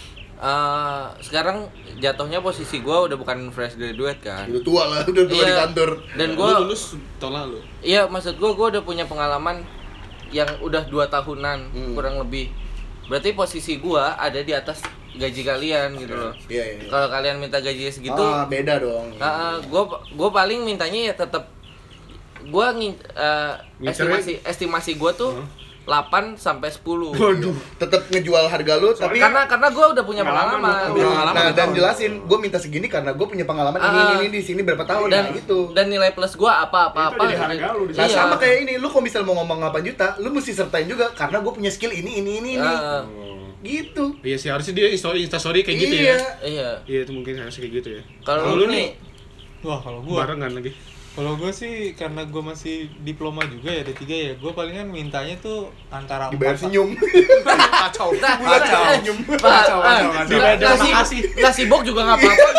eh, sekarang jatuhnya posisi gua udah bukan fresh graduate kan. Udah tua lah, udah tua Iya. di kantor. Dan gua gua lulus tahun lalu. iya maksud gua gua udah punya pengalaman yang udah dua tahunan Hmm. kurang lebih. Berarti posisi gua ada di atas gaji kalian gitu loh. Iya, iya. iya. Kalau kalian minta gaji segitu, Ah, beda dong. uh, gua gua paling mintanya ya tetap gua ngin, eh, Ngincernya- estimasi estimasi gua tuh delapan sampai sepuluh. Waduh. Tetap ngejual harga lu tapi Karena karena gua udah punya Pengalaman pengalaman. lu, Nah, pengalaman nah, lu dan tahu. jelasin, gue minta segini karena gue punya pengalaman ini, Ah. ini, ini, di sini berapa tahun, dan nah gitu. dan nilai plus gua apa apa apa Itu jadi harga lu di Nah iya. sama kayak ini, lu kalau misal mau ngomong delapan juta, lu mesti sertain juga karena gue punya skill ini, ini, ini, ini. Ah, Gitu. Iya sih harusnya dia story instastory kayak gitu Iya. ya. iya Iya itu mungkin harusnya kayak gitu ya. kalau lu lu nih nih Wah, kalau gua barengan lagi. Kalau gue sih karena gue masih diploma juga ya D tiga ya, gue palingan mintanya tuh antara Dibayar empat- senyum. Kacau. Nah, Kacau. eh, Kacau, Pak, kacau, eh, kacau. nasi- nasi makasih. nasi bok juga nggak apa-apa.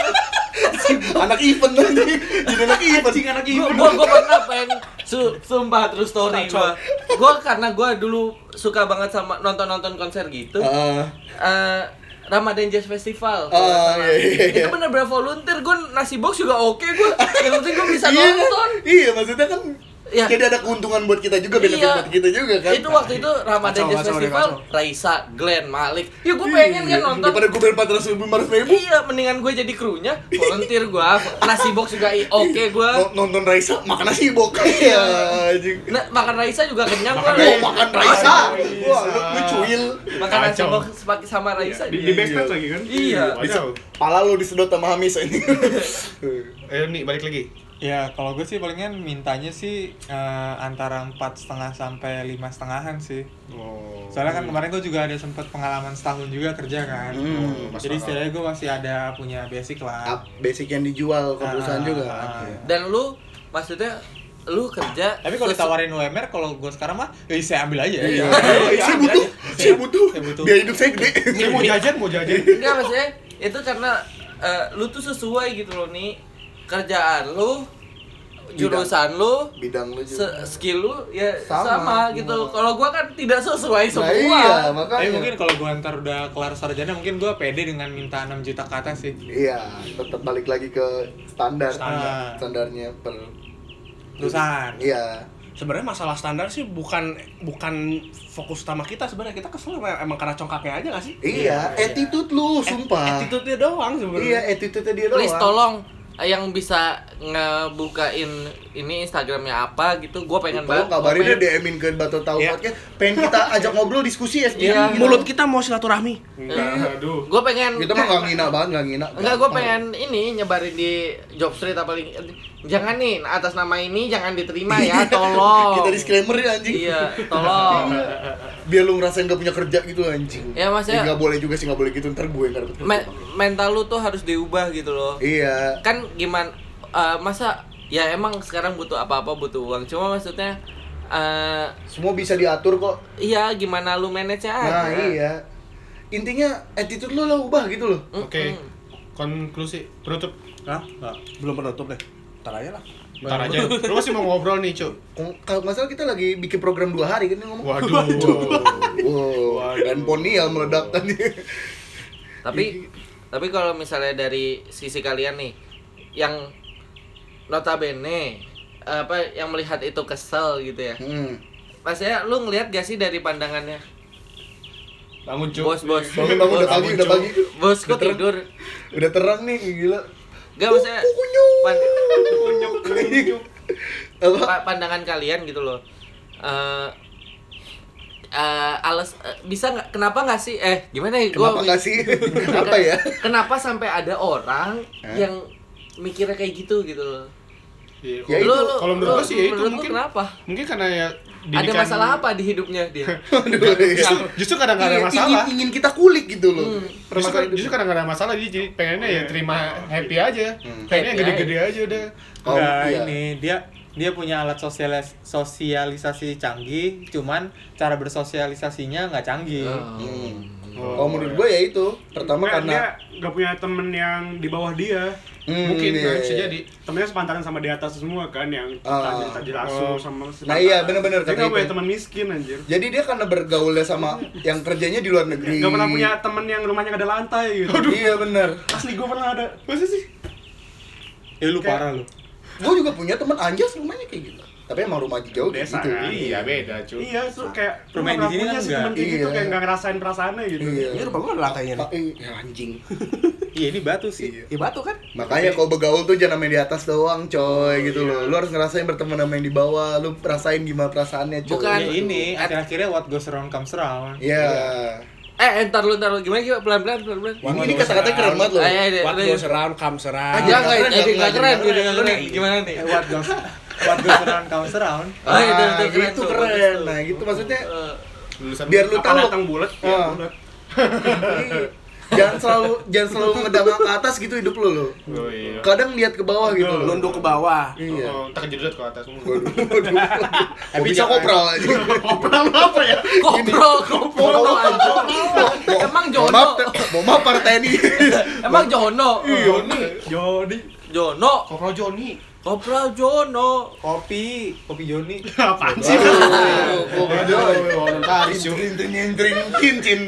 Anak event lagi. Jadi anak event. anak Gua gua gua pernah pengen su, sumpah true story gua. Gua karena gua dulu suka banget sama nonton-nonton konser gitu. Ah, Eh, Ramadan Jazz Festival. kalau Ah, nggak salah. iya, iya, iya. Itu bener-bener volunteer. Gua nasi box juga oke gua. Yang penting gua bisa iya, nonton. iya maksudnya kan Ya. jadi ada keuntungan buat kita juga, benefit Iya. buat kita juga kan. Itu waktu itu Ramadan Kacau, Jazz kacau, Festival, kacau. Raisa, Glenn, Malik. Ya gua pengen kan nonton. Daripada gue bayar empat ratus ribu, lima ratus ribu. Iya, mendingan gue jadi krunya, volunteer gua. Nasi box juga i- oke gua. Nonton- Nonton Raisa, makan nasi bok. Iya, anjing. Nah, makan Raisa juga kenyang gua. Oh, makan Raisa. Raisa. Wah, lu, lu cuil. Makan nasi Kacau. box sepaki sama Raisa. Di, Iya. di backstage lagi kan? Iya. Waduh. Pala lu disedot sama Hamis ini. Eh nih balik lagi. Ya kalau gue sih palingan mintanya sih eh, antara empat setengah sampai lima setengahan sih. Oh. Soalnya kan kemarin gue juga ada sempat pengalaman setahun juga kerja kan. Hmm, Jadi istilahnya gue masih ada punya basic lah. Ah, basic yang dijual ke perusahaan Ah, juga. ah, Iya. Dan lu maksudnya lu kerja Tapi kalau sesu- ditawarin U M R, kalau gue sekarang mah, ya saya ambil aja. Iya. Iya, Saya ambil butuh, aja. saya butuh. Saya butuh. Biaya hidup saya gede. Saya mau jajan, mau jajan. enggak maksudnya itu karena eh, lu tuh sesuai gitu loh nih kerjaan lu, jurusan lu, Bidang lu se- juga. skill lu ya Sama. sama, gitu. Kalau gua kan tidak sesuai semua. Nah, iya, Tapi makanya. mungkin kalau gue ntar udah kelar sarjana, mungkin gue pede dengan minta enam juta ke atas sih. Iya, tetap balik lagi ke standar. Standar. Standarnya per Perusahaan. Iya. Sebenarnya masalah standar sih bukan bukan fokus utama kita sebenarnya. Kita kesel emang emang karena congkaknya aja nggak sih? Iya, attitude lu, sumpah. Attitude-nya doang sebenarnya. Iya, attitude-nya dia doang. Please tolong eh, yang bisa ngebukain ini Instagramnya apa gitu, gua pengen Tolong banget. kabarin deh, D M-in ke Batu Tahu Iya. Podcast. Pengen kita ajak ngobrol diskusi ya. Iya. gitu. Mulut kita mau silaturahmi. Aduh. Gue pengen Kita mah nggak ngina banget, nggak ngina. enggak, gue pengen ini nyebarin di job street apa link. Jangan nih atas nama ini jangan diterima ya, tolong. Kita disclaimer ya anjing. Iya, tolong. Biar lu ngerasain gak punya kerja gitu anjing. Ya, maksudnya- nggak boleh juga sih, nggak boleh gitu, ntar gue nggak dapet kerja. Me- mental lu tuh harus diubah gitu loh. Iya. Kan gimana eh, masa ya emang sekarang butuh apa-apa butuh uang. Cuma maksudnya eh Semua bisa diatur kok. iya gimana lu manage aja. Nah iya. Intinya attitude lu lah ubah gitu loh. Oke. Konklusi penutup. Hah? Nggak, belum penutup deh. Ntar aja lah. Ntar aja. Lu masih mau ngobrol nih, Cuk. Kong- Kalau nggak salah kita lagi bikin program dua hari kan ini ngomong. Waduh. Wow. Dan ponial meledak tadi. Tapi tapi kalau misalnya dari sisi kalian nih yang notabene apa yang melihat itu kesel gitu ya. Hmm. Maksudnya lu ngelihat gak sih dari pandangannya? Bangun, Cuk. Bos, bos. Bangun bangun udah pagi, udah pagi. Bos kok Udah terang. tidur? Udah terang nih, gila. Gak maksudnya pan- Apa? pa- pandangan kalian gitu loh. Eh eh, alas eh, bisa nggak kenapa nggak sih eh gimana ya gua Kenapa nggak sih? Apa ya? kenapa sampai ada orang Hah? yang mikirnya kayak gitu gitu loh. Iya, Ya kalau- itu, kalau menurut lu- gua sih ya itu menurut lu mungkin kenapa mungkin karena ya ada didikan- masalah apa di hidupnya dia? Aduh, iya. Justru, justru kadang nggak ada Iya, masalah. Ingin, ingin kita kulik gitu loh. Hmm. Justru, Permasalahan hidup. justru kadang nggak ada masalah jadi, jadi pengennya ya terima happy aja. Hmm. Pengennya Happy gede-gede aja udah. Oh, Enggak, iya. ini dia dia punya alat sosialis sosialisasi canggih, cuman cara bersosialisasinya nggak canggih. Oh. Hmm. Oh, menurut gue ya itu. Pertama Nggak, karena dia nggak punya temen yang di bawah dia. Hmm, Mungkin iya, kan iya. bisa jadi. Temennya sepantaran sama di atas semua kan, yang Ah. tajir tajir asuh sama Nah, iya, bener-bener Dia kata nggak punya itu. teman miskin anjir. Jadi dia karena bergaulnya sama yang kerjanya di luar negeri. Gak pernah punya temen yang rumahnya nggak ada lantai gitu. Iya bener. Asli gue pernah ada. Masa sih? Eh lu Kayak- parah lu. Gue juga punya teman anjas rumahnya kayak gitu. Tapi emang rumah jauh Desa, gitu. kan? Iya, beda, cuy. Iya, itu kayak Rumah gue di nggak sini punya kan sih enggak. temen kayak gitu, Iya. kayak nggak ngerasain perasaannya gitu. Iya. Ini rumah gua ada lantainya nih. Pa- iya, anjing. Iya ini batu sih. Iya. Ya batu kan? Makanya kalau bergaul tuh jangan main di atas doang, coy, gitu loh. Lu harus ngerasain berteman sama yang di bawah, lu rasain gimana perasaannya, coy. Bukan. Ya ini akhir-akhirnya what goes around comes around. Iya. Eh, entar lu, entar lu. Gimana gimana pelan-pelan, pelan-pelan. Ini, ini kata-kata keren banget loh. Eh, eh, What eh, goes around comes around. Ah, Enggak, nggak enggak, keren, jadi nggak enggak keren, keren, nggak jadi keren. enggak keren. Gimana nih? Eh, what goes what goes around comes around. Oh, itu, Ah, itu keren gitu tuh, keren. bagus tuh. Nah, gitu maksudnya Eh, Lulusan biar lu Apa tahu. datang bulat, ya Ah. bulat. jangan selalu jangan selalu ngedanga ke atas gitu hidup lu loh. Oh iya. Kadang lihat ke bawah gitu loh. Nunduk ke bawah. Iya. Oh, tak kejedot ke atas semua. Waduh, waduh. Kok bisa jangan- kopral aja. Kopral apa ya? Kopro, kopro anjing. Emang Mohon Jono. maaf, mohon maaf para T N I. Emang Jono. Joni. Joni. Jono. Kopral Joni. Kopro Jono. Kopi, kopi Joni. Apaan sih? Oh, Aduh, voluntaris cuy. Nyintrin nyintrin kincin.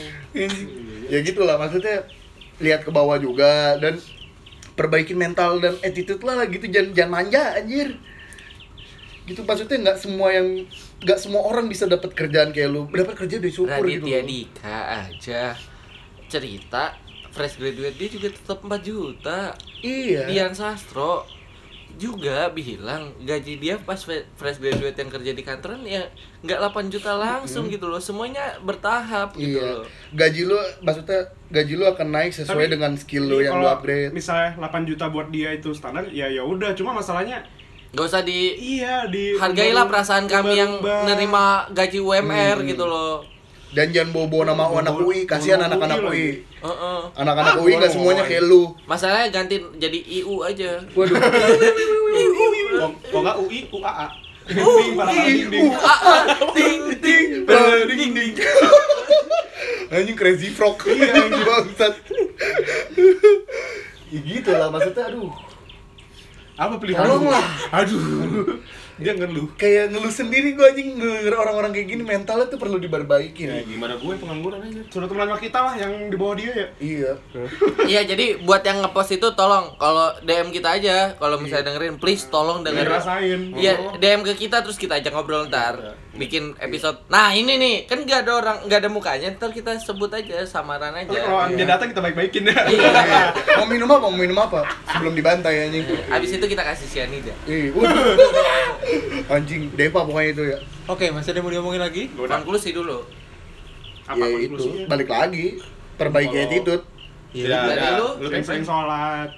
Ya gitulah maksudnya lihat ke bawah juga dan perbaikin mental dan attitude lah gitu, jangan jangan manja anjir. Gitu maksudnya nggak semua yang nggak semua orang bisa dapat kerjaan kayak lu. Dapat kerja udah syukur gitu. Raditya loh. Dika aja cerita fresh graduate dia juga tetap empat juta. Iya. Dian Sastro juga bilang gaji dia pas fe- fresh graduate yang kerja di kantoran ya nggak delapan juta langsung gitu loh, semuanya bertahap gitu Iya. loh. Gaji lu maksudnya gaji lu akan naik sesuai Tapi, dengan skill lu yang lu kalau upgrade. misalnya delapan juta buat dia itu standar, ya ya udah, cuma masalahnya Gak usah di iya di hargailah umbar- perasaan kami yang umbar- nerima gaji U M R Hmm. gitu loh. Dan jangan bawa-bawa nama anak U I, kasihan bawa-bawa anak-anak U I U I. lagi. Heeh. Anak-anak Ah, U I nggak bawa-bawa semuanya aja. kayak lu. Masalahnya ganti jadi I U aja. Waduh. Kok kok enggak U I, U A A. U A A ting ting. Ding ding. Anjing crazy frog. Iya anjing bangsat. Ya gitu lah maksudnya aduh. Apa pilihan? Tolonglah. Aduh. Dia ngeluh. Kayak ngeluh sendiri gua anjing denger orang-orang kayak gini mentalnya tuh perlu diperbaiki Ya, nih. gimana gue pengangguran aja. Sudah teman kita lah yang di bawah dia ya. Iya. Iya, jadi buat yang ngepost itu tolong kalau D M kita aja, kalau misalnya dengerin please tolong Yang dengerin. ngerasain. Iya, D M ke kita terus kita ajak ngobrol ntar. Bikin episode. Nah, ini nih, kan gak ada orang, gak ada mukanya, ntar kita sebut aja samaran Tapi aja. kalau dia datang kita baik-baikin ya. Iya. Mau minum apa? Mau minum apa? Sebelum dibantai anjing. Abis itu kita kasih cyanida. Ih, waduh. Anjing, Deva pokoknya itu ya. Oke, masih ada yang mau diomongin lagi? Konklusi dulu. Apa Ya itu, konklusinya? balik lagi. Perbaiki Kalau- attitude. Iya. Dari ya. lu? Lu kan Sering-sering sholat.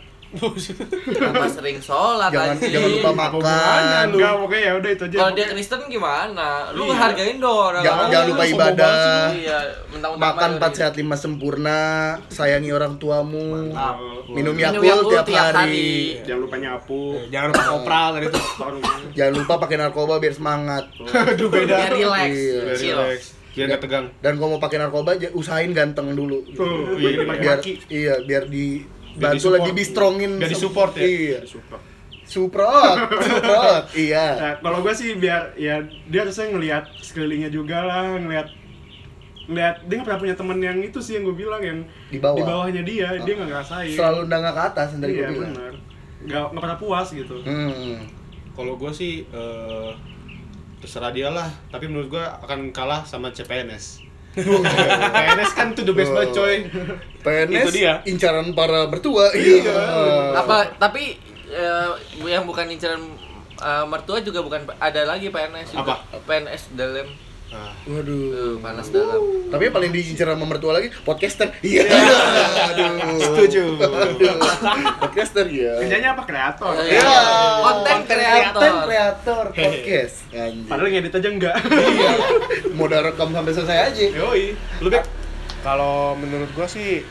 Kenapa sering sholat Jangan anjing? jangan lupa Apa hubungannya makan. lu? Enggak, pokoknya ya udah itu aja. Kalau dia Kristen gimana? Lu Iya. hargain dong orang. Jangan jangan lupa sombong ibadah. Iya, mentang-mentang Makan empat mayoritas. sehat lima sempurna, sayangi orang tuamu. Mantap. Minum Minum Yakult Yakult tiap tiap hari. hari. Jangan lupa nyapu. Jangan lupa kopral dari itu. Jangan lupa pakai narkoba biar semangat. Aduh beda. Biar relax, Iya. Biar chill. relax. Biar nggak tegang. Dan kalau mau pakai narkoba aja usahain ganteng dulu. Tuh, iya Biar dimaki-maki. iya, biar di Biar bantu disupport. lagi di strongin. Biar disupport ya? Iya. Support. Support, support. Iya. Nah, kalau gue sih biar ya dia harusnya ngelihat sekelilingnya juga lah, ngelihat ngelihat dia nggak pernah punya teman yang itu sih yang gue bilang yang Di bawah. di bawahnya dia, dia nggak ngerasain. Selalu nengah ke atas yang tadi iya gue bilang. benar. Nggak nggak pernah puas gitu. Hmm. Kalau gue sih eh, terserah dia lah, tapi menurut gue akan kalah sama C P N S. P N S kan tuh the best banget coy. P N S Itu dia. incaran para bertua. Iya. Apa tapi eh, yang bukan incaran eh, mertua juga bukan ada lagi P N S juga. Apa? P N S dalam Nah, Waduh. Tuh, panas dalam. Tapi yang paling diincar sama mertua lagi podcaster. Iya. Aduh. setuju. Aduh. Podcaster ya. Kerjanya apa, kreator? Iya. Iya. Konten kreator. Konten kreator podcast. Anjir. Padahal ngedit aja enggak. Iya. Mau udah rekam sampai selesai aja. Yoi. Lu Bek? Kalau menurut gua sih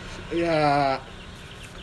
ya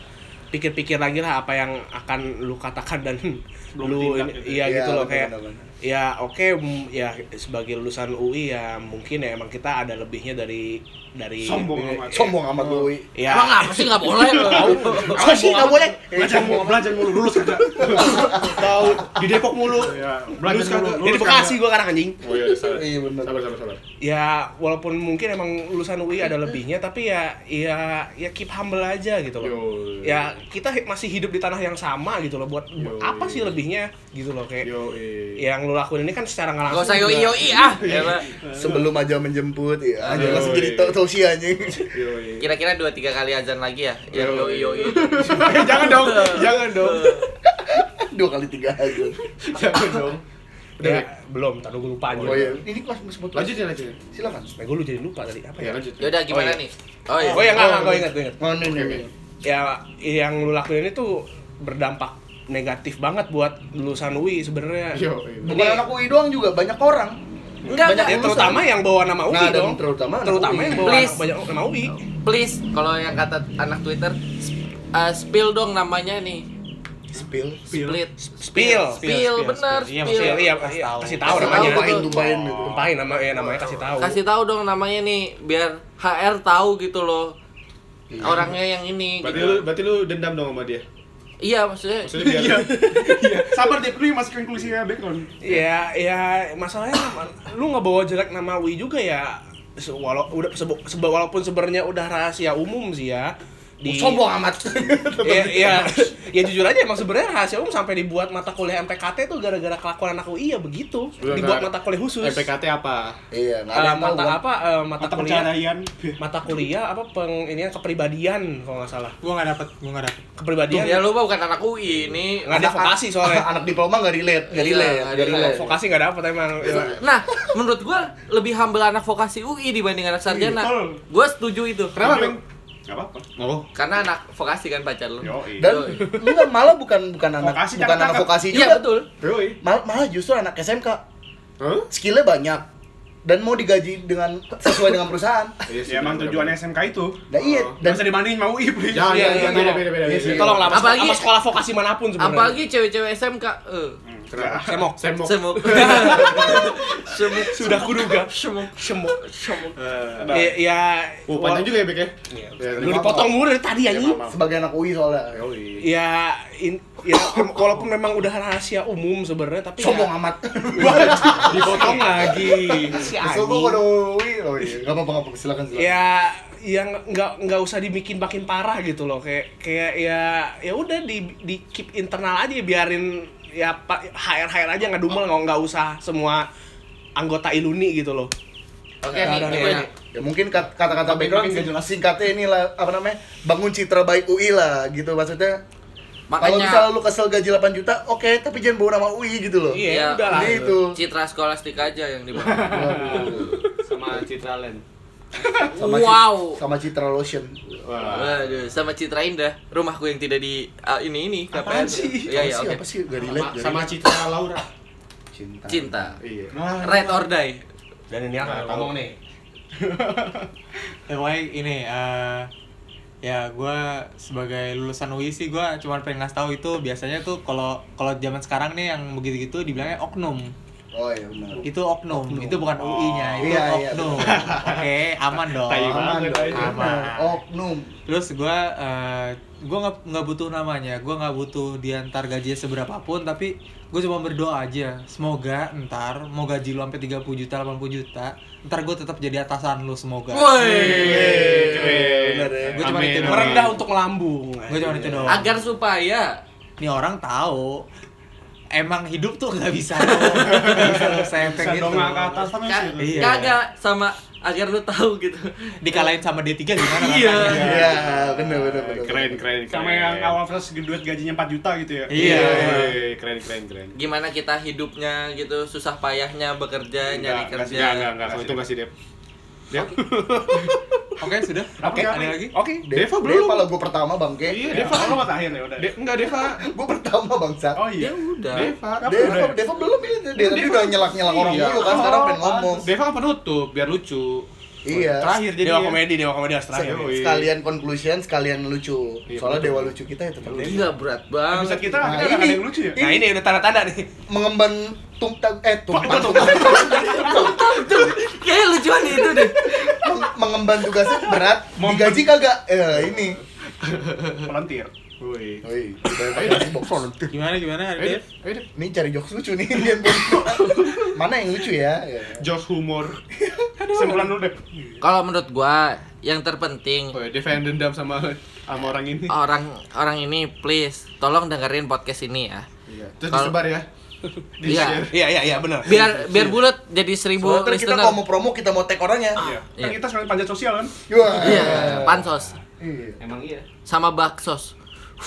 pikir-pikir lagi lah apa yang akan lu katakan dan Sebelum lu tindak ini, gitu. iya gitu loh bener, kayak bener, bener. ya oke m- ya sebagai lulusan U I ya mungkin ya emang kita ada lebihnya dari dari Sombong eh, amat. Sombong amat lu. Wi. ya Emang apa sih nggak boleh lo? Apa sih nggak boleh? Belajar mulu, belajar mulu, lulus kagak. tahu di Depok mulu Ya, lulus belajar mulu, kagak. lulus Jadi Bekasi gua sekarang anjing. Oh iya, sabar. Iya benar. Sabar, sabar, sabar. Ya walaupun mungkin emang lulusan U I ada lebihnya tapi ya ya ya keep humble aja gitu loh. Yo. Ya kita hi- masih hidup di tanah yang sama gitu loh. Buat Yo. apa sih lebihnya gitu loh kayak Yo, eh. yang lu lakuin ini kan secara nggak Gak langsung. usah yoi juga- yoi ah. Ya, Pak. Sebelum aja menjemput ya. Aja Aduh, langsung jadi iya. to- tosi anjing. Yo, eh. Kira-kira dua tiga kali azan lagi ya. Yang Yo. yoi yoi. Jangan dong, jangan dong. Dua kali tiga aja. Jangan dong. Udah, Ya, Bek? belum, tadi gue lupa aja. Oh iya, ini kelas sebut. Lanjut ya, lanjut ya. Silakan. Eh, gue lu jadi lupa tadi apa Ya, ya? lanjut. Ya udah gimana Oh, iya. nih? Oh iya. Oh ya enggak, enggak, gue ingat, gue ingat. Oh, ini Oke, nih. Ya yang lu lakuin itu berdampak negatif banget buat lulusan U I sebenarnya. Yo, eh. Bukan anak U I doang juga, banyak orang. Enggak, Banyak Ya, enggak. terutama yang bawa nama U I Nah, dan dong. terutama anak terutama U I. yang bawa Please. anak- banyak nama U I. Please, kalau yang kata anak Twitter, sp- uh, spill dong namanya nih. Spill. Split. Spill. Spill, bener, Iya, spill. Iya, iya, Kasih iya, tahu. kasih tahu Kasih namanya. tahu, Tumpahin, betul. tumpahin gitu. Tumpahin nama ya namanya kasih tahu. Kasih tahu dong namanya nih, biar H R tahu gitu loh. Orangnya yang ini Berarti gitu. lu berarti lu dendam dong sama dia. Iya, maksudnya Maksudnya biar Iya, sabar deh, lu yang masuk ke inklusi ya background. Ya, ya masalahnya lu nggak bawa jelek nama U I juga ya. Se- Walau udah sebe- sebe- walaupun sebenarnya udah rahasia umum sih ya. Di Sombong amat. ya, ya, ya jujur aja emang sebenarnya rahasia umum sampai dibuat mata kuliah M P K T tuh gara-gara kelakuan anak U I ya begitu. Udah Dibuat nggak- mata kuliah khusus. M P K T apa? Iya, enggak Eh, ada yang tahu. mata kan? apa? eh, mata, Mata kuliah. pencaharian. Mata kuliah apa peng ini kepribadian kalau nggak salah. Gua nggak dapet, gua nggak dapet. Kepribadian. ya lu mah bukan anak U I ini. nggak ada vokasi soalnya. Anak diploma enggak relate, enggak Iya, relate, nggak enggak relate. relate. Vokasi nggak dapet emang. Nah, menurut gua lebih humble anak vokasi U I dibanding anak sarjana. Betul. Gua setuju itu. Kenapa, Bang? Enggak apa-apa. Oh. Karena anak vokasi kan pacar lu. Yoi. Dan Yoi. enggak malah bukan bukan anak Vokasi bukan cakep-cakep. anak vokasi Iya, juga. betul. Yoi. Mal- malah justru anak S M K. Hah? Skillnya banyak dan mau digaji dengan sesuai dengan perusahaan. Iya sih, Ya emang bener, tujuan bener. S M K itu. Nah iya Dan dan bisa dibandingin mau I, please. Jangan, Iya, jangan, iya, beda, iya. beda, beda, Iya beda. sih. Tolong lah, sama, Apalagi- sama sekolah vokasi manapun sebenarnya. Apalagi cewek-cewek S M K. Eh. Kenapa? Semok. Semok. Semuk. Semuk. Sudah kuduga. Semuk. Semok. Semuk. Eh, Ya, ya Oh, panjang juga ya, Bek ya? Iya. Ya, Lu dipotong mulu dari tadi Ya, anjing. maaf, maaf. sebagai anak U I soalnya. Yoi. Ya, in, ya em- walaupun memang udah rahasia umum sebenarnya tapi Sombong ya, amat. dipotong lagi. Si Kesel gua anjing. kalau U I. Oh iya, enggak apa-apa, enggak apa-apa. Silakan silakan. Ya yang nggak nggak usah dibikin makin parah gitu loh kayak kayak ya ya udah di di keep internal aja biarin ya pak H R H R aja nggak dumel nggak nggak usah semua anggota iluni gitu loh. Oke Ya, nih, udah, gue nih. ya. Ya mungkin kat- kata-kata Makin- background makin nggak jelas. singkatnya inilah apa namanya? Bangun citra baik U I lah gitu maksudnya. Kalau Makanya misalnya lu kesel gaji delapan juta, oke, tapi jangan bawa nama U I gitu loh. Iya ya, udah lah. Gitu. Citra skolastik aja yang dibawa. Waduh. Sama Citra Land. Sama Wow. Cit- sama Citra Lotion. Wah. Waduh, sama Citra Indah, rumahku yang tidak di ah, ini ini Apaan K P R. sih? Iya Apa iya sih? oke. Apa sih? Gak Sama, relate, gak sama relate. Citra Laura. Cinta. Cinta. Iya. Red or die. Dan ini Nah, yang ngomong nih. Ya pokoknya ini eh ya gue sebagai lulusan U I sih gue cuma pengen ngasih tahu itu biasanya tuh kalau kalau zaman sekarang nih yang begitu gitu dibilangnya oknum. Oh iya benar. Itu oknum, itu bukan U I-nya, itu Iya, iya. oknum. Oke, aman dong. Tai Aman banget, dong. aja. Aman. Benar. Oknum. Terus gue uh, gue nggak nggak butuh namanya, gue nggak butuh diantar gajinya seberapapun, tapi gue cuma berdoa aja, semoga ntar mau gaji lu sampai tiga puluh juta, delapan puluh juta, ntar gue tetap jadi atasan lu semoga. Woi. Benar ya. Gue cuma Amin, itu doang. Merendah untuk melambung. Gue cuma itu doang. Agar supaya Nih orang tahu emang hidup tuh nggak bisa nggak bisa lu senteng Bisa gitu. dongak ke atas terus ka- gitu. Iya. kagak sama agar lu tahu gitu. Dikalahin sama D tiga gimana Iya. rasanya? Iya, benar benar benar. Keren, keren, keren. Sama yang awal fresh graduate gajinya empat juta gitu ya. Iya. Iya, keren, keren, keren. Gimana kita hidupnya gitu, susah payahnya bekerja, nyari Enggak, kerja. enggak, enggak, enggak. Kalau itu kasih Dep. Dep. Oke, sudah. Oke. Ada lagi? Oke, De- Deva belum. Deva lah gue pertama bangke. Iya, Ya, Deva. kalau nggak terakhir ya udah. De- enggak, Deva. Gue pertama bangsa. Oh iya. Ya udah. Deva. Deva, Deva belum ini. Dia tadi udah nyelak-nyelak orang Iya. dulu kan, sekarang pengen Oh, ngomong. Deva kan penutup biar lucu. Iya. Terakhir jadi Dewa komedi, dewa komedi harus terakhir. Yoi. Sekalian conclusion, sekalian lucu. Iya, Soalnya betul. dewa lucu kita itu tetap dewa. Gila berat Episode banget. kita Nah, kita nggak ada ini- yang lucu ya? Nah ini udah tanda-tanda nih. Mengemban tungtang eh tumpang Kayaknya lucuan itu deh. Meng- mengemban tugasnya berat, digaji kagak. Eh ini. Volunteer. Woi. Woi, udah pakai box. Gimana gimana, Ayo, Dev? ayo deh. Ini cari jokes lucu nih Indian Mana yang lucu ya? Ya. Jokes humor. Simpulan dulu deh. Kalau menurut gua yang terpenting Woi, dia pengen dendam sama sama orang ini. orang orang ini please tolong dengerin podcast ini ya. Iya. Terus Kalau- disebar ya. Iya. Di-share. Iya iya iya benar. Biar biar bulat jadi seribu Soalnya ntar kita listener. kalau mau promo kita mau tag orangnya. Iya. Iya. Kan kita sekalian panjat sosial kan? Wah. Iya, pansos Iya. Emang iya. sama baksos.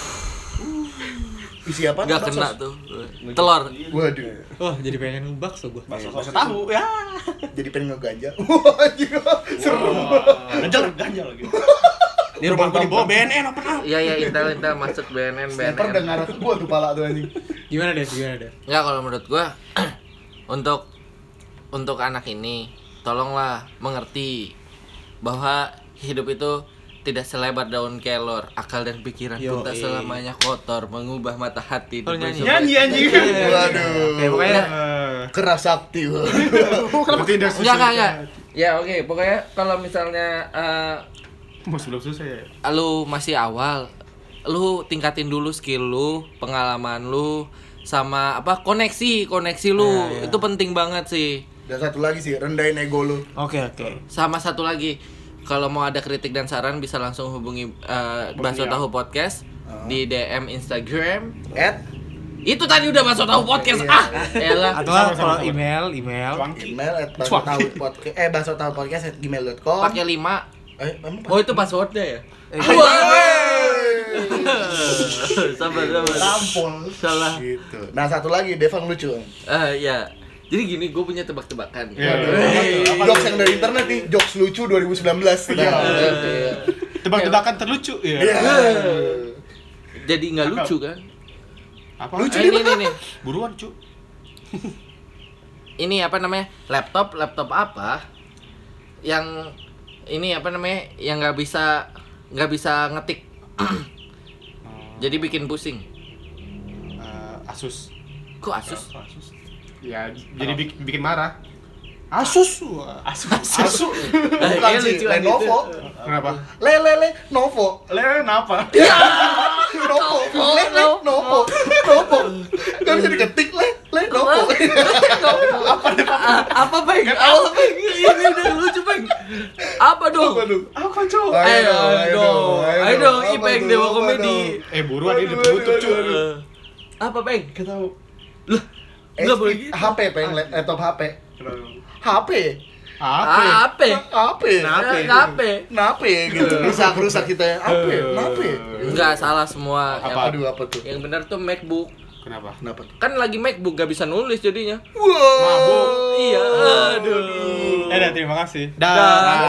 Isi apa? Gak Baksos? kena tuh. Telur. Waduh. Wah, jadi pengen ngebakso gua. Bakso bakso tahu ya. Jadi pengen ngeganja. Wah, gila. Seru. Gajal gajal lagi. Di rumah gua di bawah B N N apa ah? Iya iya intel intel masuk B N N B N Sniper udah N. ngarah ke gua tuh pala tuh anjing. Gimana, Dev? Gimana, Dev? Enggak kalau menurut gua untuk untuk anak ini tolonglah mengerti bahwa hidup itu tidak selebar daun kelor, akal dan pikiran pun tak Yoi. selamanya kotor, mengubah mata hati. Oh, nyanyi. bersumpah- Nyanyi anjing. Waduh. Ya, pokoknya Keras sakti. Berarti tidak Enggak enggak enggak. Ya oke, pokoknya kalau misalnya eh, Mas belum selesai ya. lu masih awal, lu tingkatin dulu skill lu, pengalaman lu, sama apa koneksi koneksi lu Ya, ya. itu penting banget sih. Dan satu lagi sih, rendahin ego lu. oke oke. Sama satu lagi, kalau mau ada kritik dan saran bisa langsung hubungi uh, Baso Tahu Podcast di D M Instagram. At Itu tadi udah Baso Tahu Podcast. Iya. Ah, elah. Atau nggak kalau email, email. email at baso tahu podcast eh baso tahu podcast at gmail dot com. Pakai lima. Eh, emang Oh, itu passwordnya ya? Eh, Sabar, sabar. tampol. Salah. Gitu. Nah, satu lagi Devang lucu. Eh, ya. Jadi gini, gue punya tebak-tebakan. Iya. Jokes yang dari internet nih, jokes lucu dua ribu sembilan belas. Nah, iya. Tebak-tebakan terlucu ya. Iya. Jadi nggak lucu kan? Apa? Lucu Eh, ini, ini, ini. Buruan, cu. Ini apa namanya? Laptop, laptop apa? Yang ini apa namanya? Yang nggak bisa nggak bisa ngetik. Jadi bikin pusing. Eh, Asus. Kok Asus? Ya, jadi bik- bikin marah. Asus. Asus. Asus. Bukan Kayaknya sih, lucuan Lenovo. Kenapa? Le le le Novo. Le, kenapa? Novo. Le le Novo. Novo. Gak bisa diketik le le Novo. Ah, apa peng? Apa peng? Ini udah lucu peng. Apa dong? Waduh. Apa, Cok? Ayo dong, ayo dong, Apa Ipeng tuh? Dewa Apa Komedi. Eh, buruan ini udah penutup, cu. Eh, Apa peng? Gak tahu. Lah, Eh, nggak boleh gitu. H P peng laptop H P. H P. Apa? Apa? H P. Nape? Nape? Nape gitu. Rusak rusak kita ya. Apa? Nape? Enggak salah semua. Apa? Yang, Aduh apa tuh? yang benar tuh MacBook. Kenapa? Kenapa tuh? Kan lagi MacBook gak bisa nulis jadinya. Wow. Mabuk. Iya, aduh. Eh, dah, terima kasih. Dah.